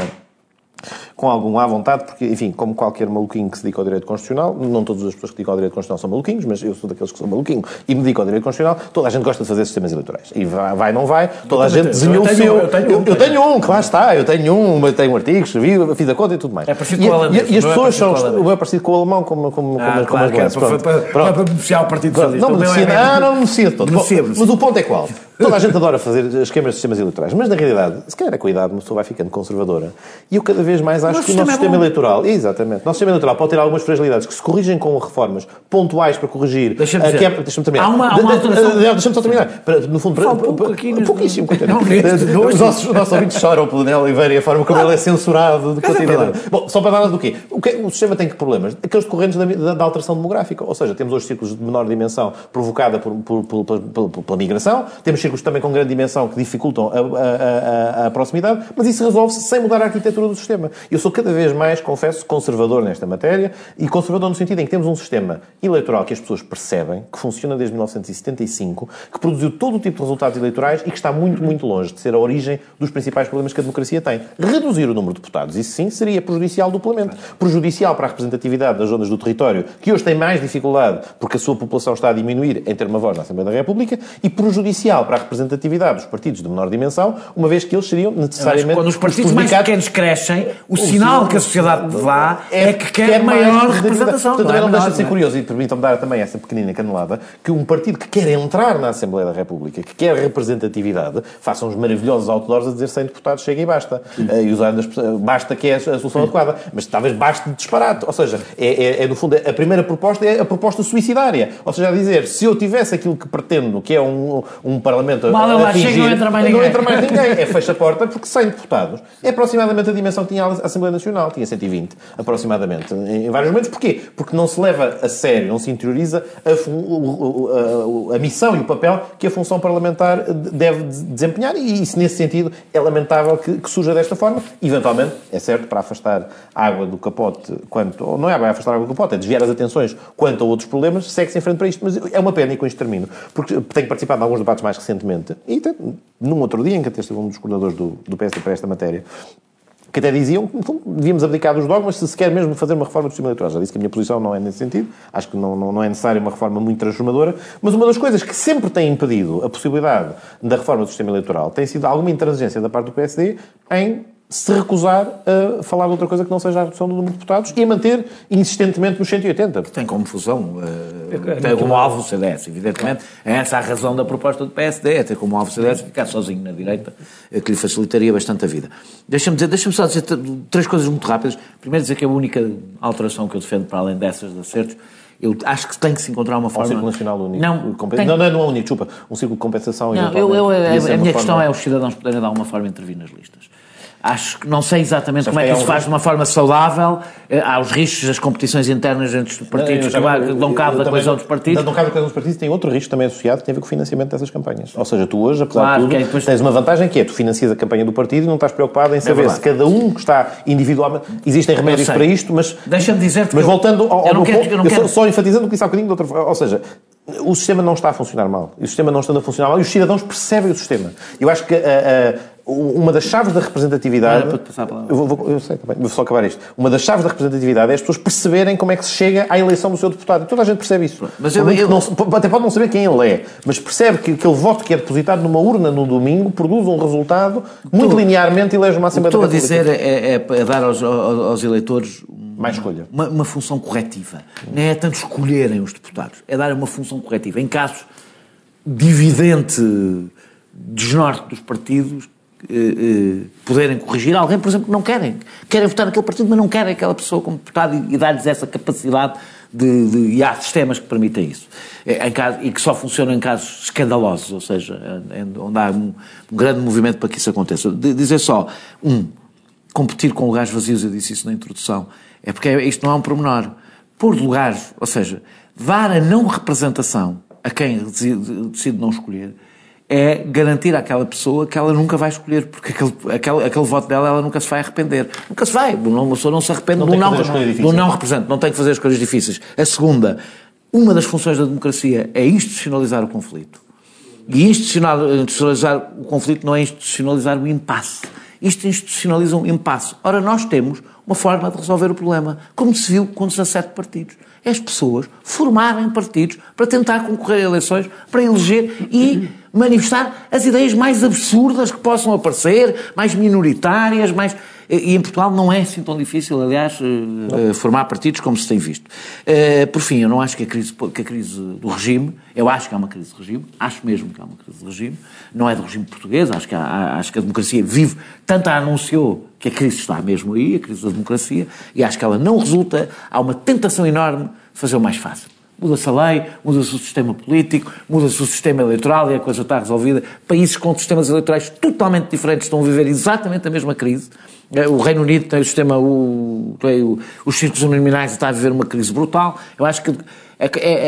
Speaker 2: com algum à vontade, porque, enfim, como qualquer maluquinho que se dedica ao direito constitucional, não todas as pessoas que se dedicam ao direito constitucional são maluquinhos, mas eu sou daqueles que são maluquinho e me dedico ao direito constitucional, toda a gente gosta de fazer sistemas eleitorais. E vai, vai não vai, toda a gente desenhou o seu... Eu tenho um, eu tenho um, que lá está, eu tenho um, eu tenho um artigo, escrevi, fiz a conta e tudo mais.
Speaker 1: É parecido com o alemão.
Speaker 2: E as pessoas são... O meu é parecido com o alemão, como, como,
Speaker 1: ah,
Speaker 2: como,
Speaker 1: claro,
Speaker 2: como as
Speaker 1: boas. Para beneficiar o Partido Socialista.
Speaker 2: Não beneficia, ah, não beneficia de todo. Mas o ponto é qual? Toda a gente adora fazer esquemas de sistemas eleitorais, mas na realidade, se calhar com a idade, uma pessoa vai ficando conservadora. E eu cada vez mais acho que o nosso sistema eleitoral, exatamente, o nosso sistema eleitoral pode ter algumas fragilidades que se corrigem com reformas pontuais para corrigir.
Speaker 1: Deixa-me dizer.
Speaker 2: Quebra, deixa-me terminar.
Speaker 1: Há uma, há uma alteração.
Speaker 2: Deixa-me só terminar. Para, no fundo, para,
Speaker 1: pouco
Speaker 2: para,
Speaker 1: aqui,
Speaker 2: pouquíssimo.
Speaker 1: Não, não,
Speaker 2: os, nossos, os nossos ouvintes choram pelo Nélio Oliveira e a forma como ele é censurado de cotidiano. Bom, só para dar do quê? O, que? o sistema tem que problemas? Aqueles decorrentes da, da, da alteração demográfica. Ou seja, temos hoje círculos de menor dimensão provocada por, por, por, por, por, pela migração, temos círculos também com grande dimensão que dificultam a, a, a, a proximidade, mas isso resolve-se sem mudar a arquitetura do sistema. Eu sou cada vez mais, confesso, conservador nesta matéria, e conservador no sentido em que temos um sistema eleitoral que as pessoas percebem, que funciona desde mil novecentos e setenta e cinco, que produziu todo o tipo de resultados eleitorais e que está muito, muito longe de ser a origem dos principais problemas que a democracia tem. Reduzir o número de deputados, isso sim, seria prejudicial duplamente. Prejudicial para a representatividade das zonas do território, que hoje têm mais dificuldade porque a sua população está a diminuir em ter uma voz na Assembleia da República, e prejudicial para a representatividade dos partidos de menor dimensão, uma vez que eles seriam necessariamente...
Speaker 1: Quando os partidos mais pequenos crescem, o, o sinal que a sociedade dá é, é que quer, quer maior representação.
Speaker 2: Portanto, também não, não deixa de ser curioso, e permitam-me dar também essa pequenina canelada, que um partido que quer entrar na Assembleia da República, que quer representatividade, faça uns maravilhosos outdoors a dizer cem deputados, chega e basta. Uh, e usando as, basta que é a solução adequada. Mas talvez baste de disparate. Ou seja, é, é, é no fundo, a primeira proposta é a proposta suicidária. Ou seja, a dizer, se eu tivesse aquilo que pretendo, que é um, um Parlamento a,
Speaker 1: Mal,
Speaker 2: a atingir,
Speaker 1: não entra mais ninguém.
Speaker 2: Não entra mais ninguém. É fecha a porta, porque cem deputados é aproximadamente a dimensão que tinha a Assembleia Nacional. Tinha cento e vinte, aproximadamente, em vários momentos. Porquê? Porque não se leva a sério, não se interioriza a, a, a, a missão e o papel que a função parlamentar deve desempenhar, e isso, nesse sentido, é lamentável que, que surja desta forma. Eventualmente, é certo, para afastar a água do capote, quanto, ou não é para afastar a água do capote, é desviar as atenções quanto a outros problemas, segue-se em frente para isto. Mas é uma pena, e com isto termino, porque tenho participado em alguns debates mais recentemente, e até num outro dia, em que até esteve um dos coordenadores do, do P S D para esta matéria, que até diziam que devíamos abdicar dos dogmas se se quer mesmo fazer uma reforma do sistema eleitoral. Já disse que a minha posição não é nesse sentido. Acho que não, não, não é necessária uma reforma muito transformadora. Mas uma das coisas que sempre tem impedido a possibilidade da reforma do sistema eleitoral tem sido alguma intransigência da parte do P S D em se recusar a falar de outra coisa que não seja a redução do número de deputados e a manter insistentemente nos cento e oitenta.
Speaker 1: Tem como fusão, uh, tem como alvo o C D S, evidentemente. É essa a razão da proposta do P S D, é ter como alvo o C D S ficar sozinho na direita, que lhe facilitaria bastante a vida. Deixa-me dizer, deixa-me só dizer três coisas muito rápidas. Primeiro, dizer que a única alteração que eu defendo, para além dessas de acertos, eu acho que tem que se encontrar uma forma...
Speaker 2: Um círculo nacional único.
Speaker 1: Não,
Speaker 2: tem... não, não, não é único, desculpa. Um círculo de compensação...
Speaker 1: Não, eu, eu, a, a minha questão forma... é os cidadãos poderem de alguma forma intervir nas listas. Acho que não sei exatamente como é que isso se faz de uma forma saudável. Há os riscos das competições internas entre os partidos não, que dão cabo da coesão dos partidos.
Speaker 2: Dão cabo da coesão dos partidos, tem outro risco também associado que tem a ver com o financiamento dessas campanhas. Ou seja, tu hoje, apesar claro, de tudo, é depois... tens uma vantagem que é tu financias a campanha do partido e não estás preocupado em saber é se cada um que está individualmente... Existem remédios para isto, mas...
Speaker 1: Deixa-me dizer-te
Speaker 2: Mas voltando ao, ao
Speaker 1: eu não quero,
Speaker 2: ponto,
Speaker 1: eu não
Speaker 2: eu
Speaker 1: quero...
Speaker 2: só, só enfatizando o que disse há bocadinho de outra forma. Ou seja... o sistema não está a funcionar mal. O sistema não está a funcionar mal e os cidadãos percebem o sistema. Eu acho que a, a, uma das chaves da representatividade...
Speaker 1: Não, passar a palavra.
Speaker 2: Eu, vou, eu sei também, vou só acabar isto. Uma das chaves da representatividade é as pessoas perceberem como é que se chega à eleição do seu deputado. E toda a gente percebe isso. Mas eu, eu, não, até pode não saber quem ele é, mas percebe que aquele voto que é depositado numa urna no domingo produz um resultado muito linearmente e elege uma Assembleia da República.
Speaker 1: O que estou a dizer é, é, é dar aos, aos eleitores...
Speaker 2: mais escolha.
Speaker 1: Uma, uma função corretiva. Não é tanto escolherem os deputados, é dar uma função corretiva. Em casos de evidente desnorte dos partidos, eh, eh, poderem corrigir alguém, por exemplo, que não querem. Querem votar naquele partido, mas não querem aquela pessoa como deputado e, e dar-lhes essa capacidade de, de... E há sistemas que permitem isso. É, em caso, e que só funcionam em casos escandalosos, ou seja, onde há um, um grande movimento para que isso aconteça. De, dizer só, um, competir com lugares vazios, eu disse isso na introdução, é porque isto não é um pormenor. Pôr lugares, ou seja, dar a não representação a quem decide não escolher, é garantir àquela pessoa que ela nunca vai escolher, porque aquele, aquele, aquele voto dela ela nunca se vai arrepender. Nunca se vai. Uma pessoa não se arrepende
Speaker 2: não
Speaker 1: do não,
Speaker 2: do
Speaker 1: não representante. Não tem que fazer as coisas difíceis. A segunda, uma das funções da democracia é institucionalizar o conflito. E institucionalizar o conflito não é institucionalizar o impasse. Isto institucionaliza um impasse. Ora, nós temos uma forma de resolver o problema, como se viu com dezassete partidos. É as pessoas formarem partidos para tentar concorrer a eleições, para eleger e manifestar as ideias mais absurdas que possam aparecer, mais minoritárias, mais... E em Portugal não é assim tão difícil, aliás, uh, formar partidos como se tem visto. Uh, por fim, eu não acho que a, crise, que a crise do regime, eu acho que há uma crise de regime, acho mesmo que há uma crise de regime, não é do regime português, acho que, há, acho que a democracia vive, tanto a anunciou que a crise está mesmo aí, a crise da democracia, e acho que ela não resulta, há uma tentação enorme de fazer o mais fácil. Muda-se a lei, muda-se o sistema político, muda-se o sistema eleitoral e a coisa está resolvida. Países com sistemas eleitorais totalmente diferentes estão a viver exatamente a mesma crise. O Reino Unido tem o sistema, o, o, os círculos uninominais está a viver uma crise brutal. Eu acho que a,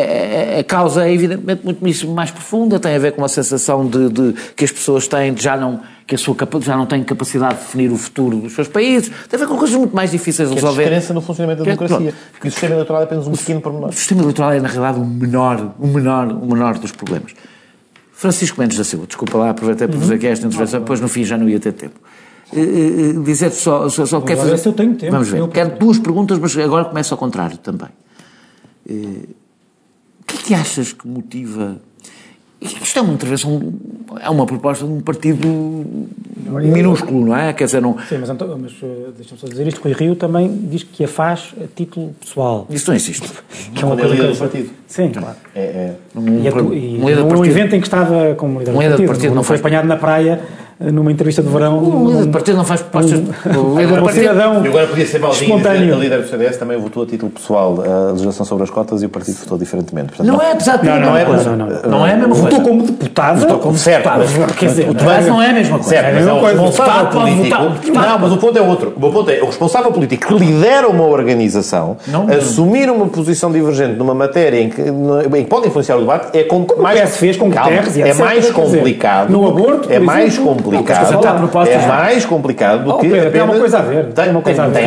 Speaker 1: a, a causa é evidentemente muito mais profunda, tem a ver com uma sensação de, de que as pessoas têm de já não, que a sua, já não têm capacidade de definir o futuro dos seus países, tem a ver com coisas muito mais difíceis de resolver.
Speaker 2: Que é a diferença no funcionamento da democracia, é, porque o sistema eleitoral é apenas um pequeno pormenor.
Speaker 1: O sistema eleitoral é, na realidade, o menor, o menor, o menor dos problemas. Francisco Mendes da Silva, desculpa lá, aproveitei para fazer aqui esta intervenção, depois no fim já não ia ter tempo. Uh, uh, dizer só, só, só quer fazer...
Speaker 3: Se eu tenho tempo.
Speaker 1: Vamos ver, quero duas perguntas, mas agora começo ao contrário também. Uh, o que é que achas que motiva... Isto é uma intervenção, é uma proposta de um partido minúsculo, não é? Quer dizer, não...
Speaker 3: Sim, mas, mas deixa-me só dizer isto, Rui Rio também diz que a faz a título pessoal.
Speaker 1: Isso não existe.
Speaker 2: Que é uma coisa do partido.
Speaker 3: Sim, claro.
Speaker 2: É, é.
Speaker 3: Um, e, atu, e um, um, um evento em que estava como líder
Speaker 1: um
Speaker 3: do partido,
Speaker 1: partido, partido
Speaker 3: não, não foi apanhado na praia numa entrevista de verão.
Speaker 1: O líder do partido não faz propostas.
Speaker 3: Um, um, um cidadão.
Speaker 2: E agora podia ser maldinho
Speaker 3: espontâneo.
Speaker 2: A líder do C D S também votou a título pessoal a legislação sobre as cotas e o partido votou diferentemente.
Speaker 1: Portanto, não, não é, apesar de
Speaker 3: não, não, é, não, não, não, não é a mesma coisa. Votou como deputado.
Speaker 2: Votou como
Speaker 3: certo. Deputado, quer dizer,
Speaker 1: mas não é a mesma coisa.
Speaker 2: Certo, mas é o responsável político. Não, mas o ponto é outro. O meu ponto é o responsável político que lidera uma organização, não, não. assumir uma posição divergente numa matéria em que, em que pode influenciar o debate é com,
Speaker 3: mais, o P S fez com calma, Guterres,
Speaker 2: é mais complicado.
Speaker 3: No aborto,
Speaker 2: é mais complicado. É mais complicado do que...
Speaker 3: Tem uma coisa a ver.
Speaker 2: Tem uma coisa a ver. Tem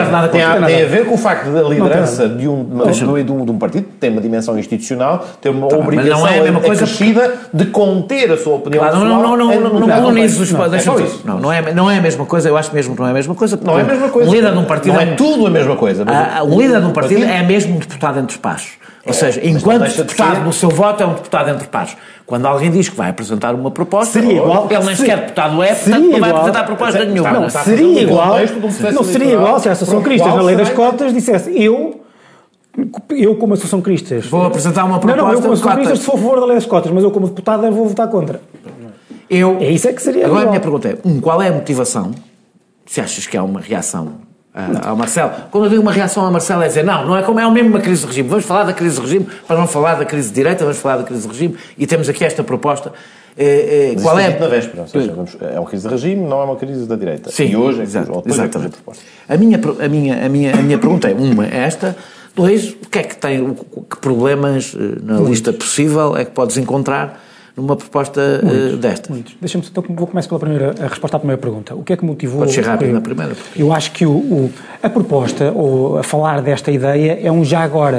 Speaker 2: a ver com o facto da liderança de um partido ter uma dimensão institucional, ter uma obrigação acrescida de conter a sua opinião pessoal.
Speaker 1: Não, não, não, não colonizo os... Não, não é, não é a mesma coisa, eu acho mesmo que não é a mesma coisa.
Speaker 2: Não é a mesma coisa.
Speaker 1: Um líder de um partido...
Speaker 2: Não é tudo a mesma coisa.
Speaker 1: Um líder de um partido é mesmo um deputado entre pares. Ou seja, enquanto deputado no seu voto é um deputado entre pares. Quando alguém diz que vai apresentar uma proposta,
Speaker 3: seria igual,
Speaker 1: ele nem sequer deputado é, portanto não vai apresentar proposta nenhuma.
Speaker 3: Não, seria igual, não seria igual se a Associação Cristas, na lei das cotas, dissesse eu, eu como Associação Cristas...
Speaker 1: Vou apresentar uma proposta...
Speaker 3: Não, não, eu como Associação Cristas sou a favor da lei das cotas, mas eu como deputado vou votar contra.
Speaker 1: Eu,
Speaker 3: é isso é que seria
Speaker 1: agora
Speaker 3: igual.
Speaker 1: A minha pergunta é, um, qual é a motivação, se achas que há uma reação... Uh, ao Marcelo. Quando eu digo uma reação ao Marcelo é dizer, não, não é como é o mesmo uma crise de regime. Vamos falar da crise de regime para não falar da crise de direita, vamos falar da crise de regime e temos aqui esta proposta. Uh, uh, qual é?
Speaker 2: Na véspera, ou seja, vamos, é uma crise de regime, não é uma crise da direita.
Speaker 1: Sim,
Speaker 2: e hoje é
Speaker 1: exato,
Speaker 2: que
Speaker 1: exatamente. A minha, a, minha, a, minha, a minha pergunta é, uma, é esta. Dois, o que é que tem, que problemas na Muitos. lista possível é que podes encontrar numa proposta uh, desta?
Speaker 3: Muitos. Deixa-me, então, vou começar pela primeira, a resposta à primeira pergunta. O que é que motivou...
Speaker 1: Pode chegar rápido na primeira.
Speaker 3: Eu acho que o, o, a proposta, ou a falar desta ideia, é um já agora.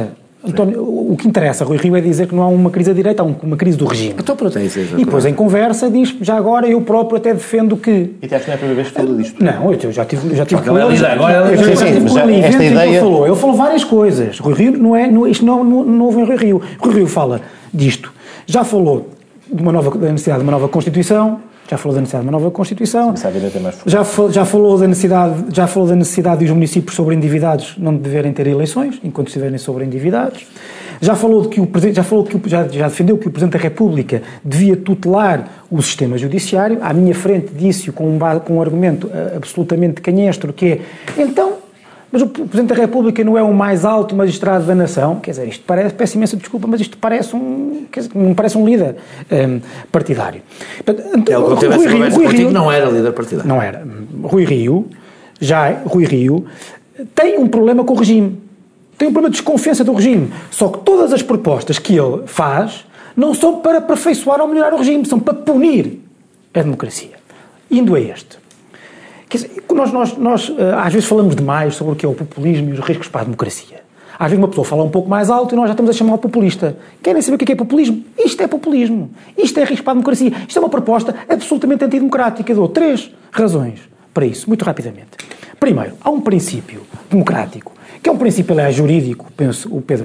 Speaker 3: António, o que interessa, Rui Rio, é dizer que não há uma crise da direita, há uma crise do regime.
Speaker 1: Então, pronto, é isso, é
Speaker 3: e depois, em conversa, diz, já agora eu próprio até defendo que...
Speaker 2: E até acho que não é a primeira vez que falou disto.
Speaker 3: Não, eu já tive, já tive
Speaker 1: com ele. Já, agora,
Speaker 3: eu já tive com ele,
Speaker 2: esta ideia...
Speaker 3: ele falou. Ele falou várias coisas. Rui Rio, não é, não, isto não, não, não houve em Rui Rio. Rui Rio fala disto. Já falou de uma nova, da necessidade de uma nova Constituição, já falou da necessidade de uma nova Constituição, já, já, falou da necessidade, já falou da necessidade de os municípios sobreendividados não deverem ter eleições, enquanto estiverem sobreendividados. Já falou de que o já falou que o, já, já defendeu que o Presidente da República devia tutelar o sistema judiciário. À minha frente disse-o com um, com um argumento absolutamente canhestro, que é, então, mas o Presidente da República não é o mais alto magistrado da nação? Quer dizer, isto parece, peço imensa desculpa, mas isto parece um, quer dizer, não parece um líder um, partidário.
Speaker 1: É o que eu tive essa conversa contigo, não era líder partidário.
Speaker 3: Não era. Rui Rio, já Rui Rio, tem um problema com o regime. Tem um problema de desconfiança do regime. Só que todas as propostas que ele faz não são para aperfeiçoar ou melhorar o regime, são para punir a democracia. Indo a este. Quer dizer, nós, nós, nós às vezes falamos demais sobre o que é o populismo e os riscos para a democracia. Às vezes uma pessoa fala um pouco mais alto e nós já estamos a chamar o populista. Querem saber o que é populismo? Isto é populismo. Isto é risco para a democracia. Isto é uma proposta absolutamente antidemocrática. Dou três razões para isso, muito rapidamente. Primeiro, há um princípio democrático, que é um princípio, aliás, jurídico, penso, o Pedro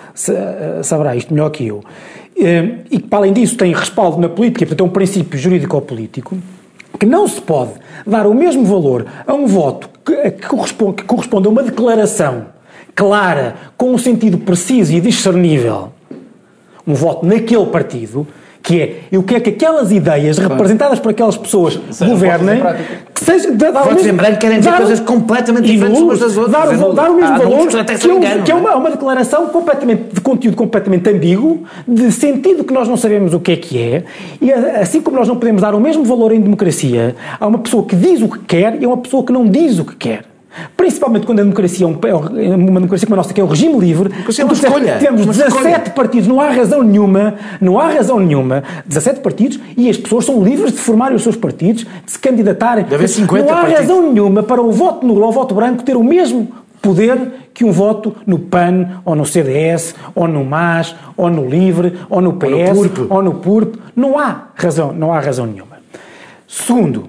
Speaker 3: saberá isto melhor que eu, e que, para além disso, tem respaldo na política, portanto, é um princípio jurídico-político, que não se pode dar o mesmo valor a um voto que, que, corresponde, que corresponde a uma declaração clara, com um sentido preciso e discernível, um voto naquele partido, que é, eu quero que aquelas ideias representadas por aquelas pessoas
Speaker 2: seja,
Speaker 3: governem, que seja...
Speaker 1: Votos em branco querem dizer coisas completamente diferentes umas das outras.
Speaker 3: Dar, dar, dar o mesmo valor, que, que, engano, que é uma, uma declaração completamente, de conteúdo completamente ambíguo, de sentido que nós não sabemos o que é que é, e assim como nós não podemos dar o mesmo valor em democracia, há uma pessoa que diz o que quer e há uma pessoa que não diz o que quer. Principalmente quando a democracia é uma democracia como a nossa, que é o regime livre,
Speaker 1: é uma escolha,
Speaker 3: temos
Speaker 1: uma
Speaker 3: dezassete
Speaker 1: escolha.
Speaker 3: partidos, não há razão nenhuma, não há razão nenhuma, dezassete partidos, e as pessoas são livres de formarem os seus partidos, de se candidatarem.
Speaker 1: Deve haver cinquenta
Speaker 3: não há
Speaker 1: partidos.
Speaker 3: razão nenhuma para o voto nulo ou o voto branco ter o mesmo poder que um voto no P A N, ou no C D S, ou no M A S, ou no LIVRE, ou no P S, ou no P U R P. Ou no P U R P. Não há razão, não há razão nenhuma. Segundo,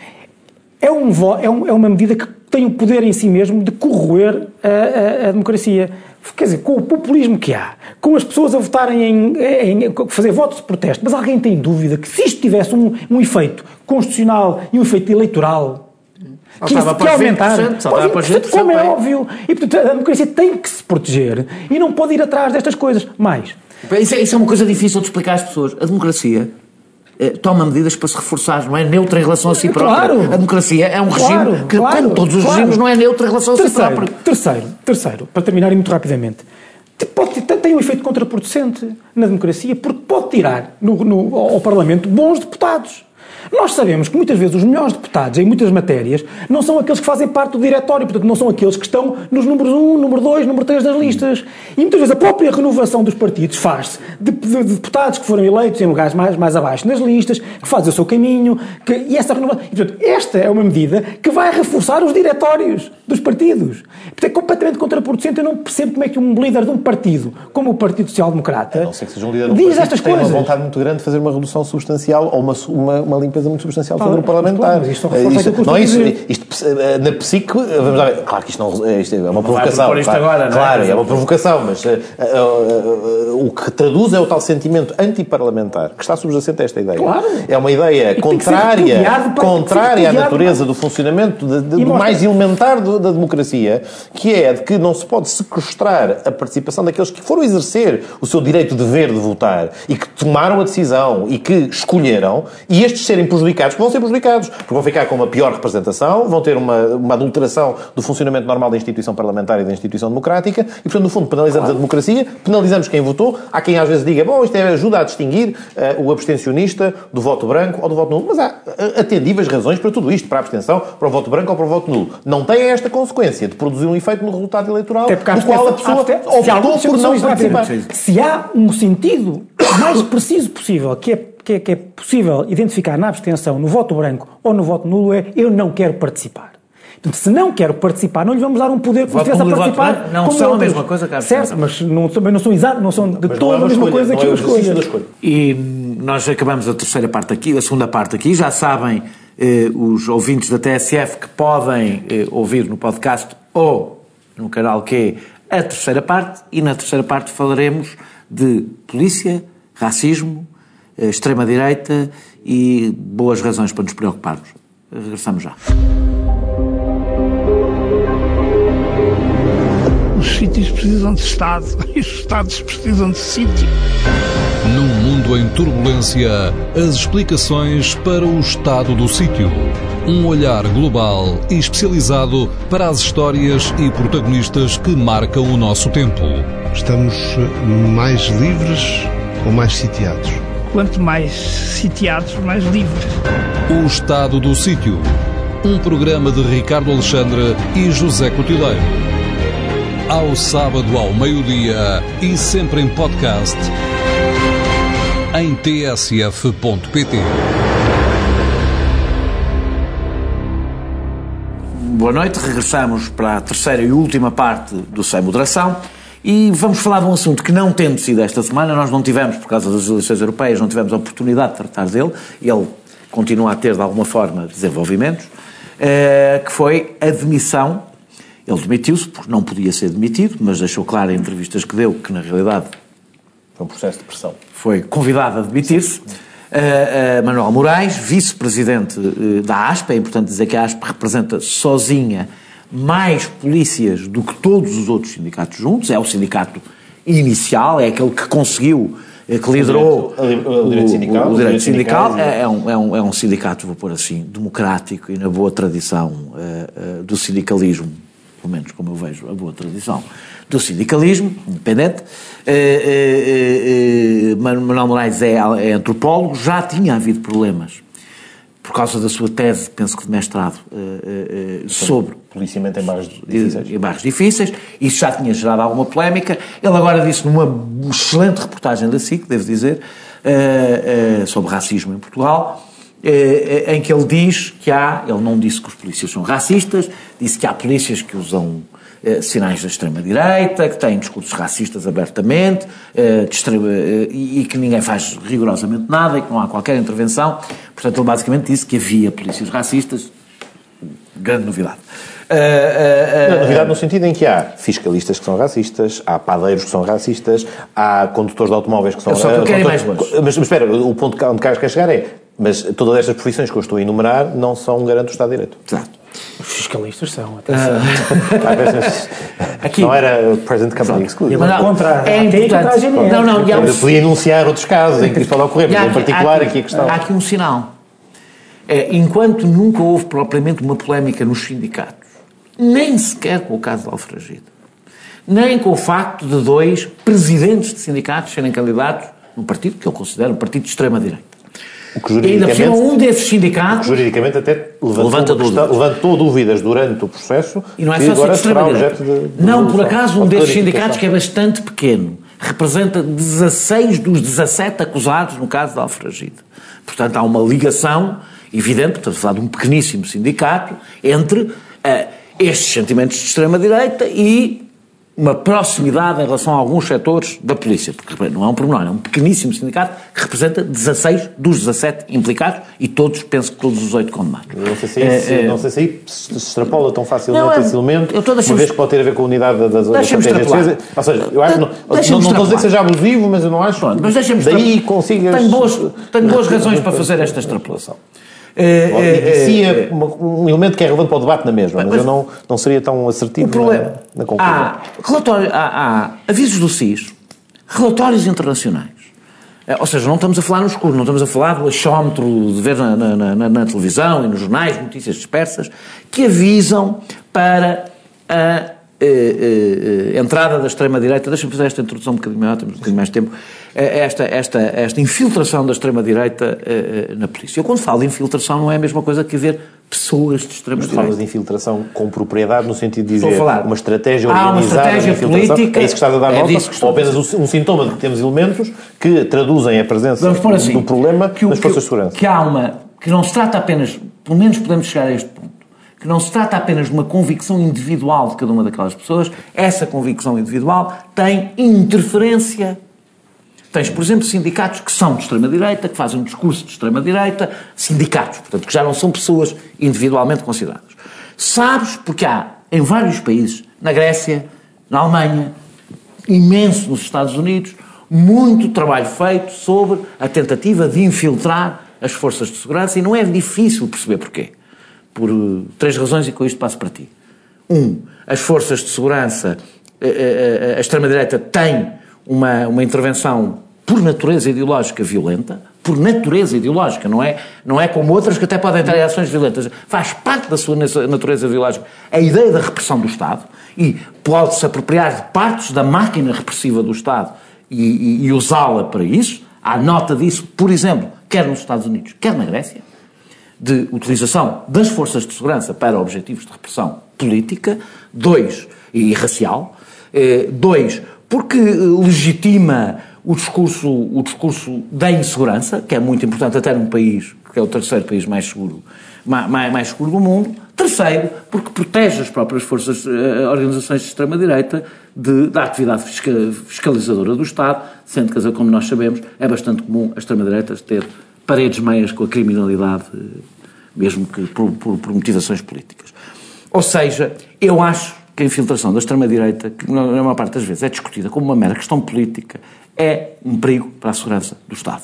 Speaker 3: é, um, é, um, é uma medida que tem o poder em si mesmo de corroer a, a, a democracia. Quer dizer, com o populismo que há, com as pessoas a votarem em, em fazer votos de protesto, mas alguém tem dúvida que se isto tivesse um, um efeito constitucional e um efeito eleitoral, que isso que aumentar, como é óbvio, e portanto a democracia tem que se proteger e não pode ir atrás destas coisas. Mais.
Speaker 1: Isso é, isso é uma coisa difícil de explicar às pessoas. A democracia toma medidas para se reforçar, não é neutra em relação a si própria.
Speaker 3: Claro.
Speaker 1: A democracia é um regime
Speaker 3: claro,
Speaker 1: que,
Speaker 3: claro,
Speaker 1: como todos os
Speaker 3: claro.
Speaker 1: regimes, não é neutro em relação a
Speaker 3: terceiro,
Speaker 1: si próprio.
Speaker 3: Terceiro, terceiro, para terminar e muito rapidamente, pode, tem um efeito contraproducente na democracia, porque pode tirar no, no, ao Parlamento bons deputados. Nós sabemos que muitas vezes os melhores deputados em muitas matérias não são aqueles que fazem parte do diretório, portanto não são aqueles que estão nos números um, número dois, número três das listas. E muitas vezes a própria renovação dos partidos faz-se de, de, de deputados que foram eleitos em lugares mais, mais abaixo nas listas, que fazem o seu caminho, que, e essa renovação... E, portanto, esta é uma medida que vai reforçar os diretórios dos partidos. Portanto, é completamente contraproducente. Eu não percebo como é que um líder de um partido, como o Partido Social Democrata,
Speaker 2: não sei que seja um líder de um
Speaker 3: diz
Speaker 2: partido
Speaker 3: estas
Speaker 2: que tem
Speaker 3: coisas.
Speaker 2: uma vontade muito grande de fazer uma redução substancial ou uma, uma, uma limpeza muito substancial do grupo parlamentar.
Speaker 3: Mas isto reforça
Speaker 2: isto,
Speaker 3: aquilo que
Speaker 2: não,
Speaker 3: eu
Speaker 2: isso,
Speaker 3: dizer.
Speaker 2: isto, na psique, vamos lá ver, claro que isto, não, isto é uma provocação.
Speaker 1: Vai isto
Speaker 2: claro,
Speaker 1: agora,
Speaker 2: claro,
Speaker 1: não é?
Speaker 2: é uma provocação, mas uh, uh, uh, o que traduz é o tal sentimento antiparlamentar que está subjacente a esta ideia.
Speaker 3: Claro.
Speaker 2: É uma ideia contrária, contrária à natureza do funcionamento de, de, do mais elementar do, da democracia, que é de que não se pode sequestrar a participação daqueles que foram exercer o seu direito de dever de votar e que tomaram a decisão e que escolheram, e estes serem prejudicados, que vão ser prejudicados, porque vão ficar com uma pior representação, vão ter uma, uma adulteração do funcionamento normal da instituição parlamentar e da instituição democrática, e portanto, no fundo, penalizamos claro. a democracia, penalizamos quem votou. Há quem às vezes diga, bom, isto é, ajuda a distinguir uh, o abstencionista do voto branco ou do voto nulo, mas há uh, atendíveis razões para tudo isto, para a abstenção, para o voto branco ou para o voto nulo. Não tem esta consequência de produzir um efeito no resultado eleitoral, no qual a pessoa optou por não participar.
Speaker 3: Se há um sentido mais preciso possível, que é Que é, que é possível identificar na abstenção, no voto branco ou no voto nulo, é eu não quero participar. Portanto, se não quero participar, não lhes vamos dar um poder que estivesse a participar.
Speaker 1: Não são a mesma coisa, Carlos.
Speaker 3: Certo, mas não, também não são exatos, não são de toda a mesma coisa que eu escolho.
Speaker 1: E nós acabamos a terceira parte aqui, a segunda parte aqui. Já sabem eh, os ouvintes da T S F que podem eh, ouvir no podcast ou no canal Q a terceira parte, e na terceira parte falaremos de polícia, racismo, eh, extrema-direita e boas razões para nos preocuparmos. Regressamos já.
Speaker 11: Os sítios precisam de Estado e os Estados precisam de sítio.
Speaker 6: Num mundo em turbulência, as explicações para o estado do sítio. Um olhar global e especializado para as histórias e protagonistas que marcam o nosso tempo.
Speaker 11: Estamos mais livres ou mais sitiados? Quanto mais sitiados, mais livres.
Speaker 6: O Estado do Sítio. Um programa de Ricardo Alexandre e José Cotileiro. Ao sábado ao meio-dia e sempre em podcast em t s f ponto p t.
Speaker 1: Boa noite, regressamos para a terceira e última parte do Sem Moderação e vamos falar de um assunto que, não tendo sido esta semana, nós não tivemos, por causa das eleições europeias, não tivemos a oportunidade de tratar dele, e ele continua a ter de alguma forma desenvolvimentos, que foi a demissão. Ele demitiu-se porque não podia ser demitido, mas deixou claro em entrevistas que deu que, na realidade,
Speaker 2: foi um processo de pressão.
Speaker 1: Foi convidado a demitir-se. Uh, uh, Manuel Moraes, vice-presidente uh, da ASP, é importante dizer que a ASP representa sozinha mais polícias do que todos os outros sindicatos juntos, é o sindicato inicial, é aquele que conseguiu, uh, que liderou
Speaker 2: o direito, o, o direito sindical.
Speaker 1: O, o direito sindical, sindical é, é, um, é, um, é um sindicato, vou pôr assim, democrático e na boa tradição uh, uh, do sindicalismo, pelo menos como eu vejo a boa tradição do sindicalismo independente. Uh, uh, uh, Manuel Moraes é, é antropólogo, já tinha havido problemas por causa da sua tese, penso que de mestrado, uh, uh, sobre
Speaker 2: policiamento em bairros difíceis.
Speaker 1: Em bairros difíceis. Isso já tinha gerado alguma polémica. Ele agora disse numa excelente reportagem da S I C, devo dizer, uh, uh, sobre racismo em Portugal, uh, em que ele diz que há, ele não disse que os polícias são racistas, disse que há polícias que usam Uh, sinais da extrema-direita, que têm discursos racistas abertamente, uh, de extrema, uh, e, e que ninguém faz rigorosamente nada e que não há qualquer intervenção. Portanto, ele basicamente disse que havia polícias racistas. Grande novidade. Uh,
Speaker 2: uh, uh, Não, novidade no sentido em que há fiscalistas que são racistas, há padeiros que são racistas, há condutores de automóveis que são racistas.
Speaker 1: Eu só quero ir mais longe.
Speaker 2: Mas, mas espera, o ponto onde Carlos quer chegar é, mas todas estas profissões que eu estou a enumerar não são um garante do Estado de Direito.
Speaker 1: Exato.
Speaker 3: Os fiscalistas são, atenção.
Speaker 2: Aqui, não era o Present Company Exclusive.
Speaker 3: Mas contra
Speaker 1: é importante.
Speaker 3: Não,
Speaker 1: não,
Speaker 2: eu uns... podia enunciar outros casos em que isso pode ocorrer, mas em particular aqui a questão.
Speaker 1: Há aqui um sinal. É, enquanto nunca houve propriamente uma polémica nos sindicatos, nem sequer com o caso de Alfragide, nem com o facto de dois presidentes de sindicatos serem candidatos num partido que eu considero um partido de extrema-direita.
Speaker 2: O que juridicamente,
Speaker 1: ainda um desses sindicatos
Speaker 2: juridicamente até levantou,
Speaker 1: levanta dúvidas.
Speaker 2: levantou dúvidas durante o processo
Speaker 1: e não é só
Speaker 2: agora será objeto de, de
Speaker 1: não, por acaso, um desses sindicatos que é bastante pequeno representa dezasseis dos dezassete acusados no caso de Alfragide. Portanto, há uma ligação evidente, estamos a falar de um pequeníssimo sindicato, entre uh, estes sentimentos de extrema-direita e uma proximidade em relação a alguns setores da polícia, porque não é um pormenor, é um pequeníssimo sindicato que representa dezasseis dos dezassete implicados e todos, penso que todos os oito condenados.
Speaker 2: Não sei se, é, isso, é, não sei se aí se extrapola tão facilmente não, é, esse elemento, uma vez que pode ter a ver com a unidade das estratégias. Ou seja, eu acho, não, não, não estou a dizer que seja abusivo, mas eu não acho.
Speaker 1: Pronto, mas deixa-me
Speaker 2: daí consigas...
Speaker 1: Tenho boas, tenho boas razões para fazer esta extrapolação.
Speaker 2: É, é, um elemento que é relevante para o debate na mesma, mas, mas eu não, não seria tão assertivo problema, na, na conclusão.
Speaker 1: Há, relatório, há, há avisos do C I S, relatórios internacionais, ou seja, não estamos a falar no escuro, não estamos a falar do achómetro de ver na, na, na, na televisão e nos jornais, notícias dispersas, que avisam para a Uh, uh, uh, entrada da extrema-direita. Deixa-me fazer esta introdução um bocadinho maior, temos um bocadinho mais tempo. Uh, esta, esta, esta infiltração da extrema-direita uh, uh, na polícia. Eu, quando falo de infiltração, não é a mesma coisa que haver pessoas de extrema-direita.
Speaker 2: Falas de infiltração com propriedade, no sentido de
Speaker 1: dizer
Speaker 2: uma estratégia
Speaker 1: organizada. Há uma estratégia
Speaker 2: de
Speaker 1: política.
Speaker 2: É isso que estás a dar nota? É ou apenas um, um sintoma de que temos elementos que traduzem a presença
Speaker 1: assim,
Speaker 2: do problema
Speaker 1: que,
Speaker 2: nas
Speaker 1: que,
Speaker 2: forças de segurança.
Speaker 1: Que há uma... Que não se trata apenas... Pelo menos podemos chegar a este ponto. Que que não se trata apenas de uma convicção individual de cada uma daquelas pessoas, essa convicção individual tem interferência. Tens, por exemplo, sindicatos que são de extrema-direita, que fazem um discurso de extrema-direita, sindicatos, portanto, que já não são pessoas individualmente consideradas. Sabes, porque há em vários países, na Grécia, na Alemanha, imenso nos Estados Unidos, muito trabalho feito sobre a tentativa de infiltrar as forças de segurança, e não é difícil perceber porquê. Por uh, três razões, e com isto passo para ti. Um, as forças de segurança, a, a, a extrema-direita tem uma, uma intervenção por natureza ideológica violenta, por natureza ideológica, não é, não é como outras que até podem ter ações violentas. Faz parte da sua natureza ideológica a ideia da repressão do Estado, e pode-se apropriar de partes da máquina repressiva do Estado e, e, e usá-la para isso. Há nota disso, por exemplo, quer nos Estados Unidos, quer na Grécia, de utilização das forças de segurança para objetivos de repressão política. Dois, e racial. Eh, dois, porque legitima o discurso, o discurso da insegurança, que é muito importante até num país, que é o terceiro país mais seguro, mais, mais seguro do mundo. Terceiro, porque protege as próprias forças, organizações de extrema-direita de, da atividade fiscalizadora do Estado, sendo que, como nós sabemos, é bastante comum a extrema-direita ter paredes meias com a criminalidade, mesmo que por, por, por motivações políticas. Ou seja, eu acho que a infiltração da extrema-direita, que na maior parte das vezes é discutida como uma mera questão política, é um perigo para a segurança do Estado.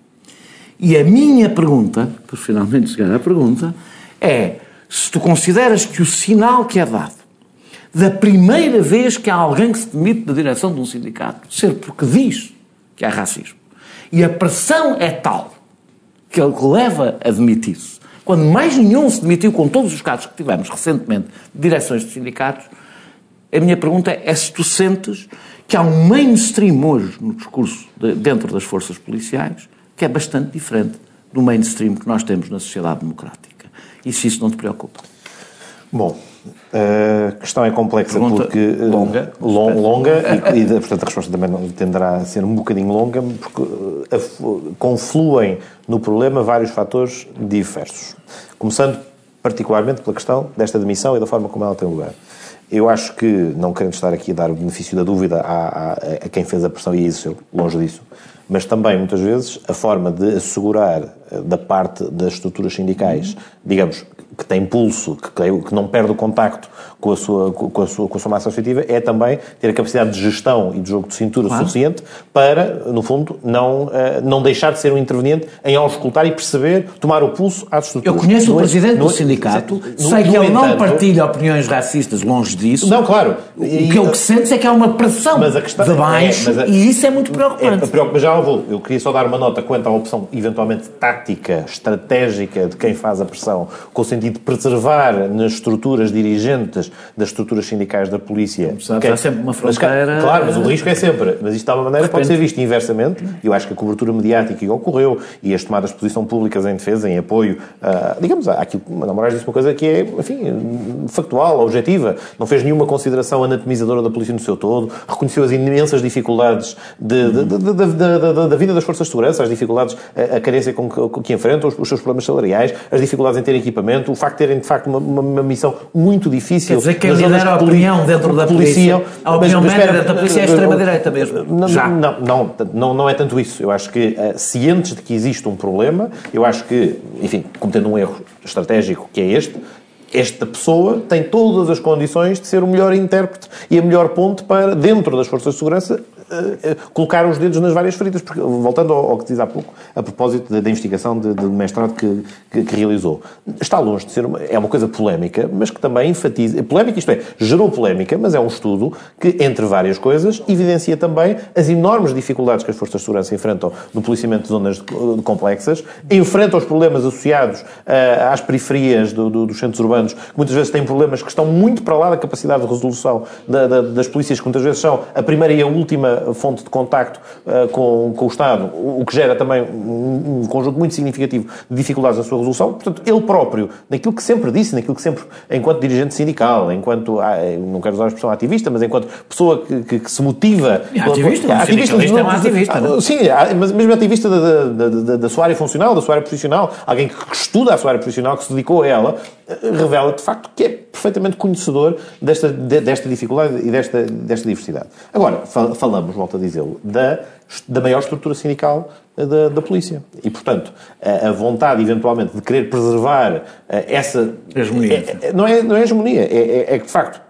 Speaker 1: E a minha pergunta, para finalmente chegar à pergunta, é se tu consideras que o sinal que é dado da primeira vez que há alguém que se demite da direção de um sindicato, ser porque diz que há racismo, e a pressão é tal que ele leva a demitir-se, quando mais nenhum se demitiu com todos os casos que tivemos recentemente de direções de sindicatos, a minha pergunta é se tu sentes que há um mainstream hoje no discurso de, dentro das forças policiais que é bastante diferente do mainstream que nós temos na sociedade democrática. E se isso não te preocupa?
Speaker 2: Bom, a questão é complexa.
Speaker 1: Pergunta
Speaker 2: porque
Speaker 1: longa,
Speaker 2: long, longa e, e, portanto, a resposta também não tenderá a ser um bocadinho longa, porque a, confluem no problema vários fatores diversos. Começando particularmente pela questão desta demissão e da forma como ela tem lugar. Eu acho que, não querendo estar aqui a dar o benefício da dúvida a, a, a quem fez a pressão, e isso, longe disso, mas também, muitas vezes, a forma de assegurar da parte das estruturas sindicais, digamos, que tem pulso, que, que não perde o contacto com a, sua, com, a sua, com a sua massa associativa, é também ter a capacidade de gestão e de jogo de cintura claro. suficiente para, no fundo, não, não deixar de ser um interveniente em auscultar e perceber, tomar o pulso às estruturas.
Speaker 1: Eu conheço no, o presidente no, do sindicato, no, sei no, que ele entanto, não partilha opiniões racistas, longe disso.
Speaker 2: Não, claro.
Speaker 1: O que eu sentes é que há uma pressão mas a questão de baixo é, a, e isso é muito preocupante.
Speaker 2: É, mas já vou. Eu queria só dar uma nota quanto à opção, eventualmente, tática, estratégica de quem faz a pressão, com o sentido de preservar nas estruturas dirigentes das estruturas sindicais da polícia.
Speaker 1: Sabe, há sempre uma fronteira...
Speaker 2: Mas, claro, mas o risco é sempre. Mas isto de alguma maneira pode ser visto inversamente. E eu acho que a cobertura mediática que ocorreu e as tomadas de posição públicas em defesa, em apoio, uh, digamos, àquilo que Manuel Moraes disse uma coisa que é, enfim, factual, objetiva. Não fez nenhuma consideração anatomizadora da polícia no seu todo. Reconheceu as imensas dificuldades de, de, de, de, de, de, de, da vida das forças de segurança, as dificuldades, a, a carência com que, que enfrentam, os, os seus problemas salariais, as dificuldades em ter equipamento, o facto de terem, de facto, uma, uma, uma missão muito difícil.
Speaker 1: Quer dizer, quem lidera a opinião dentro da polícia, a opinião média dentro da polícia é a extrema-direita mesmo.
Speaker 2: Não,
Speaker 1: Já.
Speaker 2: Não, não, não, não é tanto isso. Eu acho que, cientes de que existe um problema, eu acho que, enfim, cometendo um erro estratégico que é este, esta pessoa tem todas as condições de ser o melhor intérprete e a melhor ponte para, dentro das forças de segurança, Uh, uh, colocar os dedos nas várias feridas, porque, voltando ao, ao que diz há pouco, a propósito da, da investigação de, de mestrado que, que, que realizou, está longe de ser uma, é uma coisa polémica, mas que também enfatiza, polémica, isto é, gerou polémica, mas é um estudo que, entre várias coisas, evidencia também as enormes dificuldades que as forças de segurança enfrentam no policiamento de zonas de, de complexas, enfrentam os problemas associados uh, às periferias do, do, dos centros urbanos, que muitas vezes têm problemas que estão muito para lá da capacidade de resolução da, da, das polícias, que muitas vezes são a primeira e a última uma fonte de contacto uh, com, com o Estado, o que gera também um, um conjunto muito significativo de dificuldades na sua resolução. Portanto, ele próprio, naquilo que sempre disse, naquilo que sempre, enquanto dirigente sindical, enquanto, ah, não quero usar a expressão ativista, mas enquanto pessoa que, que, que se motiva...
Speaker 1: É ativista, pela, ativista, ativista é um ativista. Não?
Speaker 2: Sim, mas mesmo ativista da, da, da, da sua área funcional, da sua área profissional, alguém que estuda a sua área profissional, que se dedicou a ela, revela de facto que é perfeitamente conhecedor desta, desta dificuldade e desta, desta diversidade. Agora, falamos, volto a dizê-lo, da, da maior estrutura sindical da, da polícia. E, portanto, a, a vontade, eventualmente, de querer preservar essa...
Speaker 1: Hegemonia.
Speaker 2: É, não, é, não é hegemonia, é, é, é que, de facto,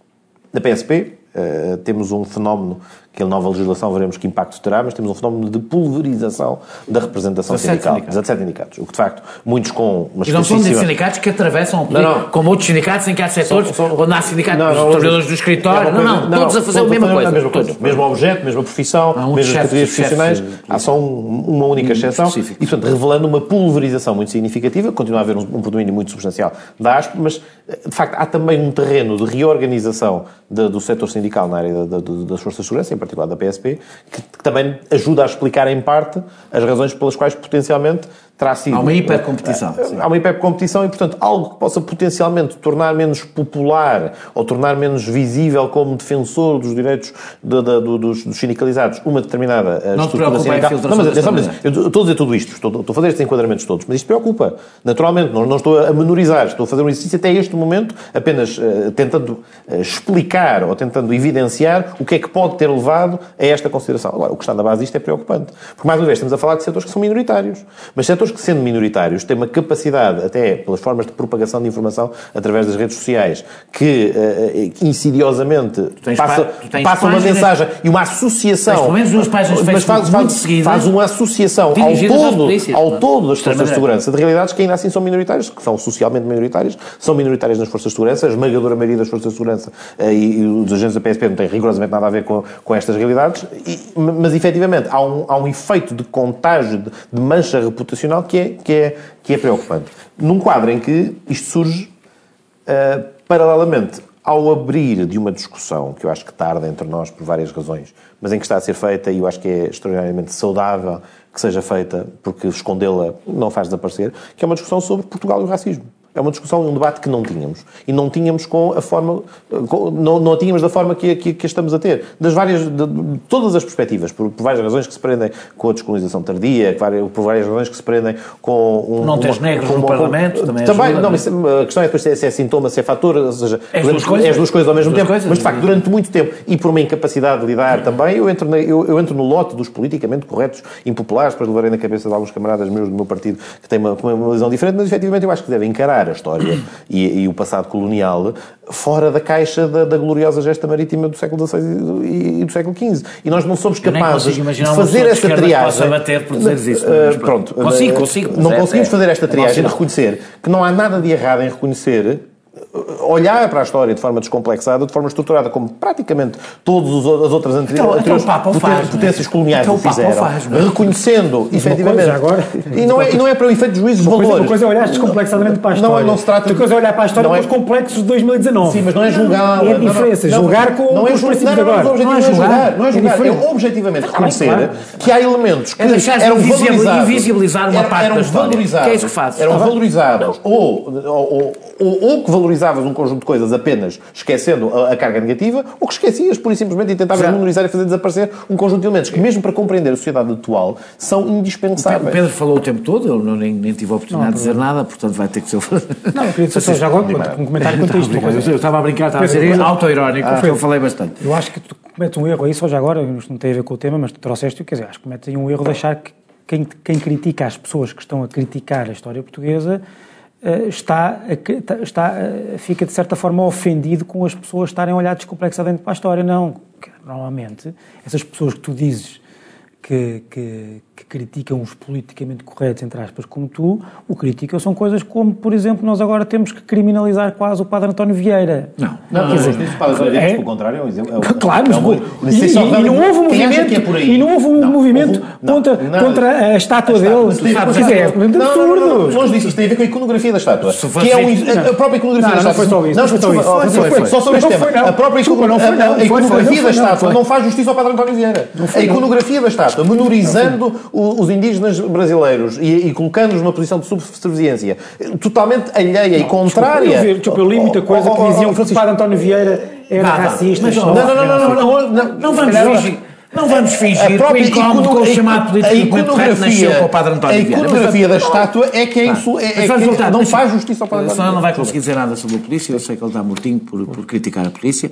Speaker 2: na P S P uh, temos um fenómeno que a nova legislação veremos que impacto terá, mas temos um fenómeno de pulverização da representação sindical. dezassete sindicatos. O que, de facto, muitos com uma
Speaker 1: E não são sindicatos que atravessam a política, como outros sindicatos em que há setores
Speaker 2: são, são,
Speaker 1: onde há sindicatos
Speaker 2: não,
Speaker 1: dos
Speaker 2: não,
Speaker 1: trabalhadores do escritório. Não, não, não, todos a fazer a mesma coisa.
Speaker 2: A mesma coisa. Mesmo objeto, mesma profissão, um mesmas categorias profissionais. Há só um, uma única exceção. E, portanto, revelando uma pulverização muito significativa, continua a haver um, um predomínio muito substancial da A S P, mas, de facto, há também um terreno de reorganização de, do setor sindical na área da, da, das forças de segurança, em particular da P S P, Que, que também ajuda a explicar, em parte, as razões pelas quais, potencialmente, terá sido...
Speaker 1: Há uma hipercompetição.
Speaker 2: Há uma hipercompetição e, portanto, algo que possa potencialmente tornar menos popular ou tornar menos visível como defensor dos direitos de, de, de, dos, dos sindicalizados uma determinada
Speaker 1: não
Speaker 2: estrutura sindical. Não, mas atenção, mas eu estou a dizer tudo isto, estou, estou a fazer estes enquadramentos todos, mas isto preocupa. Naturalmente, não, não estou a menorizar, estou a fazer um exercício até este momento, apenas uh, tentando uh, explicar ou tentando evidenciar o que é que pode ter levado a esta consideração. Agora, o que está na base disto é preocupante. Porque, mais uma vez, estamos a falar de setores que são minoritários. Mas setores que, sendo minoritários, têm uma capacidade, até pelas formas de propagação de informação através das redes sociais, que uh, insidiosamente passa, passa uma mensagem e uma associação...
Speaker 1: Pelo menos duas páginas de Facebook
Speaker 2: faz, faz,
Speaker 1: seguidas,
Speaker 2: faz uma associação ao todo, polícias, ao todo das forças de segurança de realidades que ainda assim são minoritárias, que são socialmente minoritárias, são minoritárias nas forças de segurança, a esmagadora maioria das forças de segurança uh, e, e os agentes da P S P não têm rigorosamente nada a ver com, com estas realidades, e, mas efetivamente há um, há um efeito de contágio, de, de mancha reputacional que é, que, é, que é preocupante. Num quadro em que isto surge uh, paralelamente ao abrir de uma discussão que eu acho que tarda entre nós por várias razões, mas em que está a ser feita e eu acho que é extraordinariamente saudável que seja feita, porque escondê-la não faz desaparecer, que é uma discussão sobre Portugal e o racismo. É uma discussão, um debate que não tínhamos. E não tínhamos com a forma... Com, não, não a tínhamos da forma que, que, que estamos a ter. Das várias... De, de todas as perspectivas. Por, por várias razões que se prendem com a descolonização tardia, por várias razões que se prendem com... Um,
Speaker 1: não tens negros no Parlamento, com, também
Speaker 2: Também,
Speaker 1: ajuda,
Speaker 2: não, mas a questão é depois se é, se é sintoma, se é fator, ou seja...
Speaker 1: É as duas coisas.
Speaker 2: É as duas coisas ao mesmo tempo.
Speaker 1: Coisas,
Speaker 2: mas, de facto, durante muito tempo, e por uma incapacidade de lidar também, eu entro, na, eu, eu entro no lote dos politicamente corretos, impopulares, depois levarei na cabeça de alguns camaradas meus do meu partido que têm uma, uma visão diferente, mas, efetivamente, eu acho que devem encarar a história E, e o passado colonial fora da caixa da, da gloriosa gesta marítima do século dezasseis e, e do século quinze. E nós não somos capazes de fazer esta triagem.
Speaker 1: Bater por dizer isso,
Speaker 2: uh, pronto,
Speaker 1: consigo, consigo,
Speaker 2: não é, conseguimos
Speaker 1: é,
Speaker 2: fazer esta triagem
Speaker 1: é
Speaker 2: e reconhecer que não há nada de errado em reconhecer, olhar para a história de forma descomplexada, de forma estruturada, como praticamente todas as outras anteriores
Speaker 1: então, então
Speaker 2: potências, potências coloniais
Speaker 1: então
Speaker 2: o fizeram,
Speaker 1: faz,
Speaker 2: reconhecendo, efetivamente...
Speaker 3: Agora,
Speaker 2: e, não é, e não é para o efeito de juízos de valores.
Speaker 3: Uma coisa é olhar descomplexadamente para a história.
Speaker 2: Não, não se trata
Speaker 3: outra coisa é olhar para a história
Speaker 2: não
Speaker 3: com
Speaker 2: é,
Speaker 3: os complexos de dois mil e dezanove.
Speaker 2: Sim, mas não é julgar.
Speaker 3: É a diferença.
Speaker 2: Não, não,
Speaker 3: julgar com,
Speaker 2: não é
Speaker 3: com os princípios de agora.
Speaker 2: Não, não é julgar. Não é julgar. É objetivamente reconhecer é que há elementos que
Speaker 1: é
Speaker 2: eram valorizados.
Speaker 1: Invisibilizar uma parte
Speaker 2: eram
Speaker 1: da história.
Speaker 2: valorizados.
Speaker 1: Que é isso que faz.
Speaker 2: Eram valorizados. Ou, ou, ou, ou que valorizavas um conjunto de coisas apenas esquecendo a, a carga negativa, ou que esquecias, pura e simplesmente, e tentavas menorizar e fazer desaparecer um conjunto de elementos que, mesmo para compreender a sociedade atual, são indispensáveis.
Speaker 1: O Pedro falou o tempo todo, eu não, nem, nem tive a oportunidade não, de dizer nada, portanto vai ter que ser...
Speaker 3: Não, eu queria dizer só já agora um comentário quanto a isto.
Speaker 1: Eu estava a brincar, estava a dizer auto-irónico, porque eu falei bastante.
Speaker 3: Eu acho que tu cometes um erro aí, só já agora, isto não tem a ver com o tema, mas tu trouxeste-o, quer dizer, acho que cometes aí um erro de achar que quem, quem critica as pessoas que estão a criticar a história portuguesa Está, está, fica de certa forma ofendido com as pessoas estarem a olhar descomplexadamente para a história. Não, normalmente essas pessoas que tu dizes que, que, que criticam os politicamente corretos, entre aspas, como tu, o que criticam são coisas como, por exemplo, nós agora temos que criminalizar quase o Padre António Vieira.
Speaker 2: Não, não, não, dizer, o Padre Vieira, é, pelo contrário, é um exemplo. É,
Speaker 3: claro, mas,
Speaker 2: é uma,
Speaker 3: e, e, e não houve um movimento, é e não houve um não, movimento não, contra, não, contra a estátua dele. Quer dizer, é absurdo.
Speaker 2: Longe disso, isto tem a ver com a iconografia da estátua. Que é um, a própria iconografia da estátua.
Speaker 3: Não, foi só isso.
Speaker 2: Só sobre este tema. A própria iconografia da estátua não faz justiça ao Padre António Vieira. A iconografia da estátua, menorizando os indígenas brasileiros e, e colocando-os numa posição de subserviência totalmente alheia e contrária.
Speaker 3: Desculpa, eu li muita coisa que diziam que o Padre António Vieira era racista.
Speaker 2: Não, não, não, não, não,
Speaker 1: não vamos fingir. Não vamos fingir que o incómodo com o chamado politicamente correto nasceu com o Padre António Vieira.
Speaker 2: A iconografia da estátua é que não faz justiça ao Padre António Vieira.
Speaker 1: Senão não vai conseguir dizer nada sobre a polícia, eu sei que ele está mortinho por, por criticar a polícia.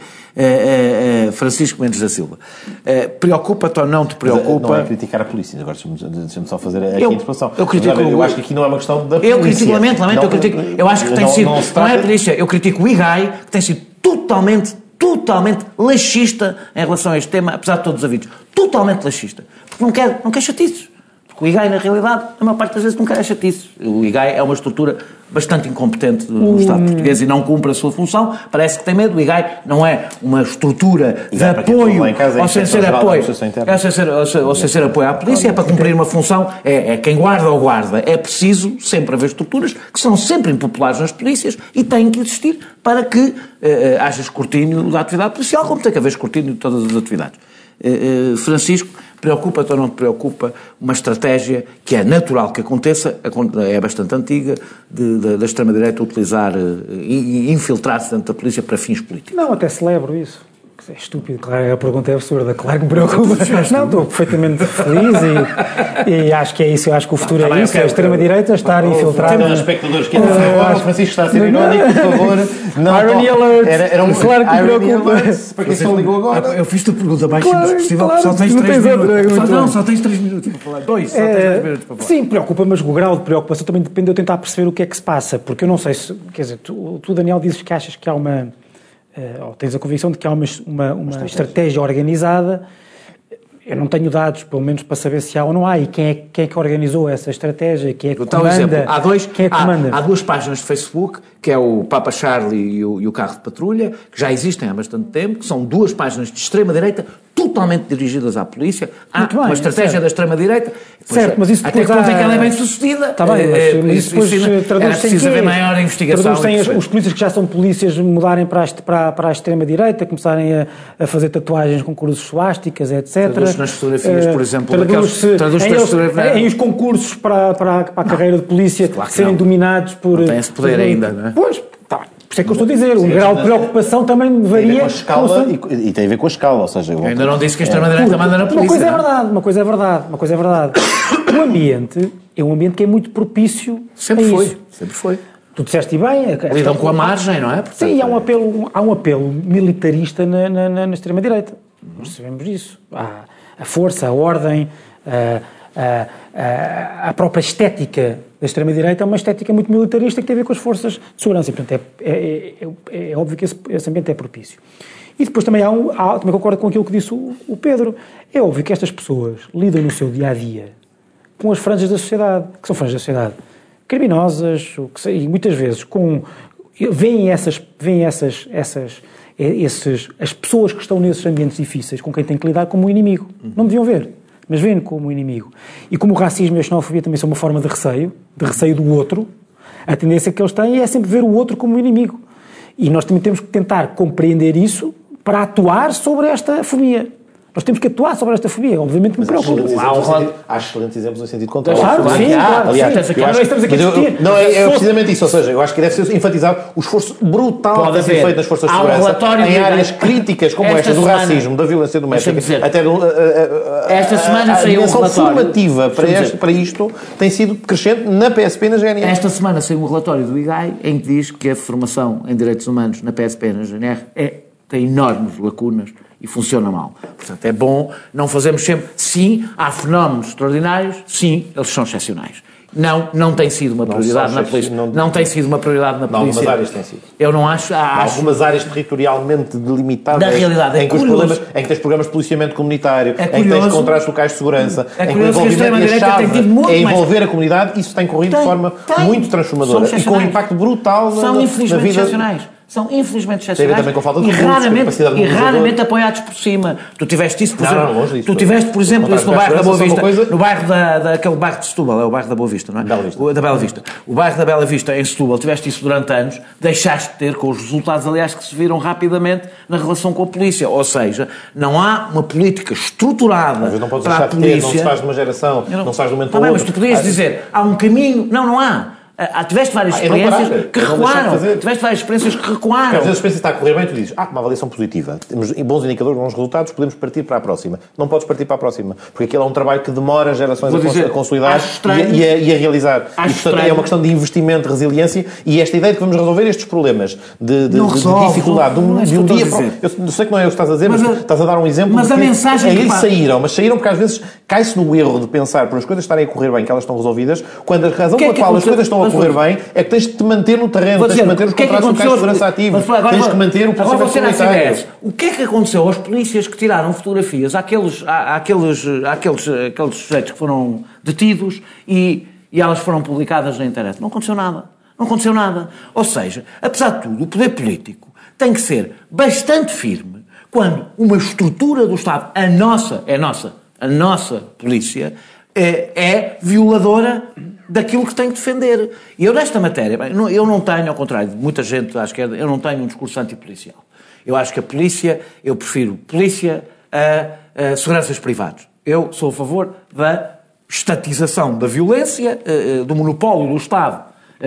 Speaker 1: Francisco Mendes da Silva, preocupa-te ou não te preocupa?
Speaker 2: Não é criticar a polícia, agora deixa-me só fazer aqui a interpretação.
Speaker 1: Eu critico...
Speaker 2: Eu acho que aqui não é uma questão da polícia.
Speaker 1: Eu critico, lamento, lamento, eu critico... Eu acho que tem sido... Não é a polícia, eu critico o I G A I, que tem sido totalmente totalmente laxista em relação a este tema, apesar de todos os avisos. Totalmente laxista. Porque não quer, não quer chatices. Porque o I G A I, na realidade, a maior parte das vezes não quer chatices. O I G A I é uma estrutura bastante incompetente no Estado português e não cumpre a sua função. Parece que tem medo. O I G A I não é uma estrutura de apoio ou sem ser apoio ou sem ser, ou sem ser apoio à polícia. É para cumprir uma função. É, é quem guarda ou guarda. É preciso sempre haver estruturas que são sempre impopulares nas polícias e têm que existir para que eh, haja escrutínio da atividade policial, como tem que haver escrutínio de todas as atividades. Eh, eh, Francisco, preocupa-te ou não te preocupa uma estratégia que é natural que aconteça, é bastante antiga, de, de, da extrema-direita utilizar e, e infiltrar-se dentro da polícia para fins políticos?
Speaker 3: Não, até celebro isso. É estúpido, claro, a pergunta é absurda, claro que me preocupa. Não, estou perfeitamente feliz e, e acho que é isso, eu acho que o futuro ah, é isso, é a extrema-direita estar infiltrada.
Speaker 2: Temos espectadores que agora o Francisco está a ser irónico, por favor.
Speaker 3: Não, irony alert, era, era um claro que me preocupa.
Speaker 2: Para quem só ligou agora.
Speaker 1: Eu fiz-te a pergunta mais simples claro, possível, claro, só tens três minutos. Só, não, só tens três minutos para falar. Dois, só tens três minutos para falar.
Speaker 3: Sim, preocupa, mas o grau de preocupação também depende de eu tentar perceber o que é que se passa, porque eu não sei se, quer dizer, tu, tu Daniel, dizes que achas que há uma... Uh, ou tens a convicção de que há uma, uma, uma estratégia. estratégia organizada. Eu não tenho dados, pelo menos, para saber se há ou não há, e quem é, quem é que organizou essa estratégia, quem é que comanda, exemplo,
Speaker 1: há, dois,
Speaker 3: quem é que
Speaker 1: há,
Speaker 3: comanda.
Speaker 1: Há duas páginas de Facebook, que é o Papa Charlie e o, e o Carro de Patrulha, que já existem há bastante tempo, que são duas páginas de extrema-direita, totalmente dirigidas à polícia. Há bem, uma estratégia certo. da extrema-direita.
Speaker 3: Certo, mas isso
Speaker 1: até que conta há... que ela é bem sucedida.
Speaker 3: Está bem, mas, é, mas isso depois
Speaker 1: isso, traduz tem que... haver maior investigação.
Speaker 3: Traduz tem os polícias que já são polícias mudarem para a, para, para a extrema-direita, começarem a, a fazer tatuagens com cruzes suásticas, etcétera.
Speaker 1: Traduz nas fotografias, por exemplo,
Speaker 3: traduz daqueles, traduz em, eles, em os concursos para, para, para a carreira de polícia claro serem não. dominados por...
Speaker 1: Não tem esse poder por, ainda, não é?
Speaker 3: Pois, tá. Por isso é que eu estou a dizer, o grau de preocupação também varia...
Speaker 2: Tem a ver com a escala e, e tem a ver com a escala, ou seja...
Speaker 1: Eu ainda não disse que a extrema-direita é, manda na polícia.
Speaker 3: Uma coisa é verdade, uma coisa é verdade, uma coisa é verdade. O ambiente é um ambiente que é muito propício
Speaker 1: sempre
Speaker 3: a
Speaker 1: foi,
Speaker 3: isso.
Speaker 1: Sempre foi.
Speaker 3: Tu disseste bem...
Speaker 1: Lidam com a margem, não é?
Speaker 3: Portanto, sim, há um apelo, há um apelo militarista na, na, na, na extrema-direita. Nós sabemos isso. Há a força, a ordem, a, a, a, a própria estética da extrema-direita é uma estética muito militarista que tem a ver com as forças de segurança. E, portanto, é, é, é, é óbvio que esse, esse ambiente é propício. E depois também há um... Há, também concordo com aquilo que disse o, o Pedro. É óbvio que estas pessoas lidam no seu dia-a-dia com as franjas da sociedade, que são franjas da sociedade criminosas, o que sei, e muitas vezes com... Veem essas... Veem essas, essas esses, as pessoas que estão nesses ambientes difíceis com quem têm que lidar como um inimigo. Não deviam ver, mas veem como um inimigo. E como o racismo e a xenofobia também são uma forma de receio, de receio do outro, a tendência que eles têm é sempre ver o outro como um inimigo. E nós também temos que tentar compreender isso para atuar sobre esta fobia. Nós temos que atuar sobre esta fobia, obviamente me preocupa.
Speaker 2: Há excelentes exemplos no sentido contrário.
Speaker 3: Claro, sim, claro.
Speaker 2: Aliás, sim. Acho, estamos aqui a discutir. Não, é, é precisamente isso, ou seja, eu acho que deve ser enfatizado o esforço brutal que tem feito nas forças de segurança em áreas críticas como esta do racismo, da violência doméstica, até do,
Speaker 1: esta semana
Speaker 2: saiu um relatório. A dimensão formativa para, este, para isto tem sido crescente na P S P e na G N R.
Speaker 1: Esta semana saiu um relatório do I G A I em que diz que a formação em direitos humanos na P S P e na G N R é, tem enormes lacunas e funciona mal. Portanto, é bom não fazermos sempre... Sim, há fenómenos extraordinários, sim, eles são excepcionais. Não, não tem sido uma prioridade na polícia. Não, não tem sido uma prioridade na polícia.
Speaker 2: Em algumas áreas tem sido.
Speaker 1: Eu não acho... acho...
Speaker 2: Algumas áreas territorialmente delimitadas.
Speaker 1: Da realidade, é
Speaker 2: em, que os problemas, em que tens programas de policiamento comunitário,
Speaker 1: é
Speaker 2: em que tens contratos locais de segurança,
Speaker 1: é
Speaker 2: em que o envolvimento e a chave é envolver mais... a comunidade, isso tem corrido tem, de forma tem. muito transformadora e com um impacto brutal na,
Speaker 1: São
Speaker 2: na,
Speaker 1: infelizmente
Speaker 2: na vida...
Speaker 1: excepcionais. São infelizmente excepcionais
Speaker 2: também com falta de
Speaker 1: e,
Speaker 2: recursos,
Speaker 1: raramente, e raramente apoiados por cima. Tu tiveste isso, por
Speaker 2: não,
Speaker 1: exemplo,
Speaker 2: não, longe disso,
Speaker 1: tu tiveste, por exemplo, isso no bairro da Boa Vista,
Speaker 2: coisa...
Speaker 1: no bairro da, daquele bairro de Setúbal, é o bairro da Boa Vista, não é?
Speaker 2: Bela Vista.
Speaker 1: O, da Bela Vista. O bairro da Bela Vista, em Setúbal, tiveste isso durante anos, deixaste de ter com os resultados, aliás, que se viram rapidamente na relação com a polícia. Ou seja, não há uma política estruturada
Speaker 2: mas não podes
Speaker 1: para a polícia.
Speaker 2: Ter, não se faz de uma geração, não, não se faz de um momento para o outro.
Speaker 1: Mas tu podias dizer, há um caminho... Não, não há. Ah, tiveste várias ah, experiências parar, que recuaram. Tiveste várias experiências que recuaram.
Speaker 2: Às vezes a experiência está a correr bem e tu dizes, ah, uma avaliação positiva, temos bons indicadores, bons resultados, podemos partir para a próxima. Não podes partir para a próxima, porque aquilo é um trabalho que demora gerações a, dizer, a consolidar e, e, a, e a realizar. E, portanto, estranho. é uma questão de investimento, de resiliência e esta ideia de que vamos resolver estes problemas de, de, de, de dificuldade, de um, de um dia... Eu, eu sei que não é o que estás a dizer, mas, mas estás a dar um exemplo.
Speaker 1: Mas a mensagem
Speaker 2: é
Speaker 1: que...
Speaker 2: Eles saíram, mas saíram porque às vezes cai-se no erro de pensar por as coisas estarem a correr bem, que elas estão resolvidas, quando a razão pela qual as coisas estão a correr bem é que tens de te manter no terreno, tens de manter os contratos locais de segurança ativos, tens de manter o procedimento comunitário.
Speaker 1: O que é que aconteceu aos polícias que tiraram fotografias àqueles, à, àqueles, àqueles, àqueles sujeitos que foram detidos e, e elas foram publicadas na internet? Não aconteceu nada. Não aconteceu nada. Ou seja, apesar de tudo, o poder político tem que ser bastante firme quando uma estrutura do Estado, a nossa, é nossa, a nossa polícia, é, é violadora daquilo que tem que defender. E eu, nesta matéria, eu não tenho, ao contrário de muita gente à esquerda, eu não tenho um discurso antipolicial. Eu acho que a polícia, eu prefiro polícia a, a seguranças privados. Eu sou a favor da estatização da violência, do monopólio do Estado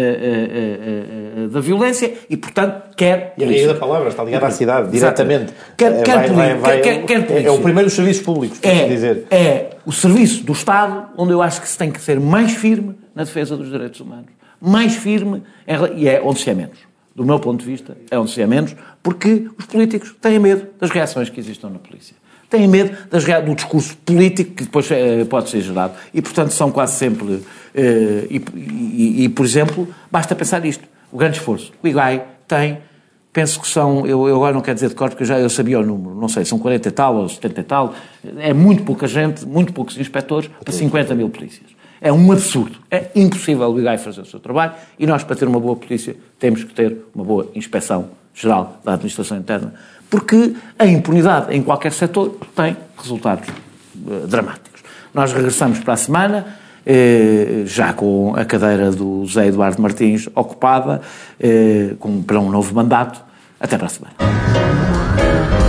Speaker 1: da violência e, portanto, quer...
Speaker 2: E a raiz da palavra está ligada à cidade, diretamente.
Speaker 1: Quer, quer, vai, vai, vai, quer, quer polícia.
Speaker 2: É o primeiro dos serviços públicos, por
Speaker 1: é,
Speaker 2: dizer.
Speaker 1: É o serviço do Estado onde eu acho que se tem que ser mais firme na defesa dos direitos humanos. Mais firme, e é onde se é menos. Do meu ponto de vista, é onde se é menos, porque os políticos têm medo das reações que existam na polícia. Têm medo das, do discurso político que depois eh, pode ser gerado. E, portanto, são quase sempre... Eh, e, e, e, por exemplo, basta pensar isto. O grande esforço. O I G A I tem, penso que são... Eu, eu agora não quero dizer de cor, porque eu já eu sabia o número. Não sei, são quarenta e tal ou setenta e tal. É muito pouca gente, muito poucos inspectores para cinquenta mil polícias. É um absurdo. É impossível o I G A I fazer o seu trabalho e nós, para ter uma boa polícia, temos que ter uma boa inspeção geral da administração interna. Porque a impunidade em qualquer setor tem resultados uh, dramáticos. Nós regressamos para a semana, eh, já com a cadeira do José Eduardo Martins ocupada, eh, com, para um novo mandato. Até para a semana.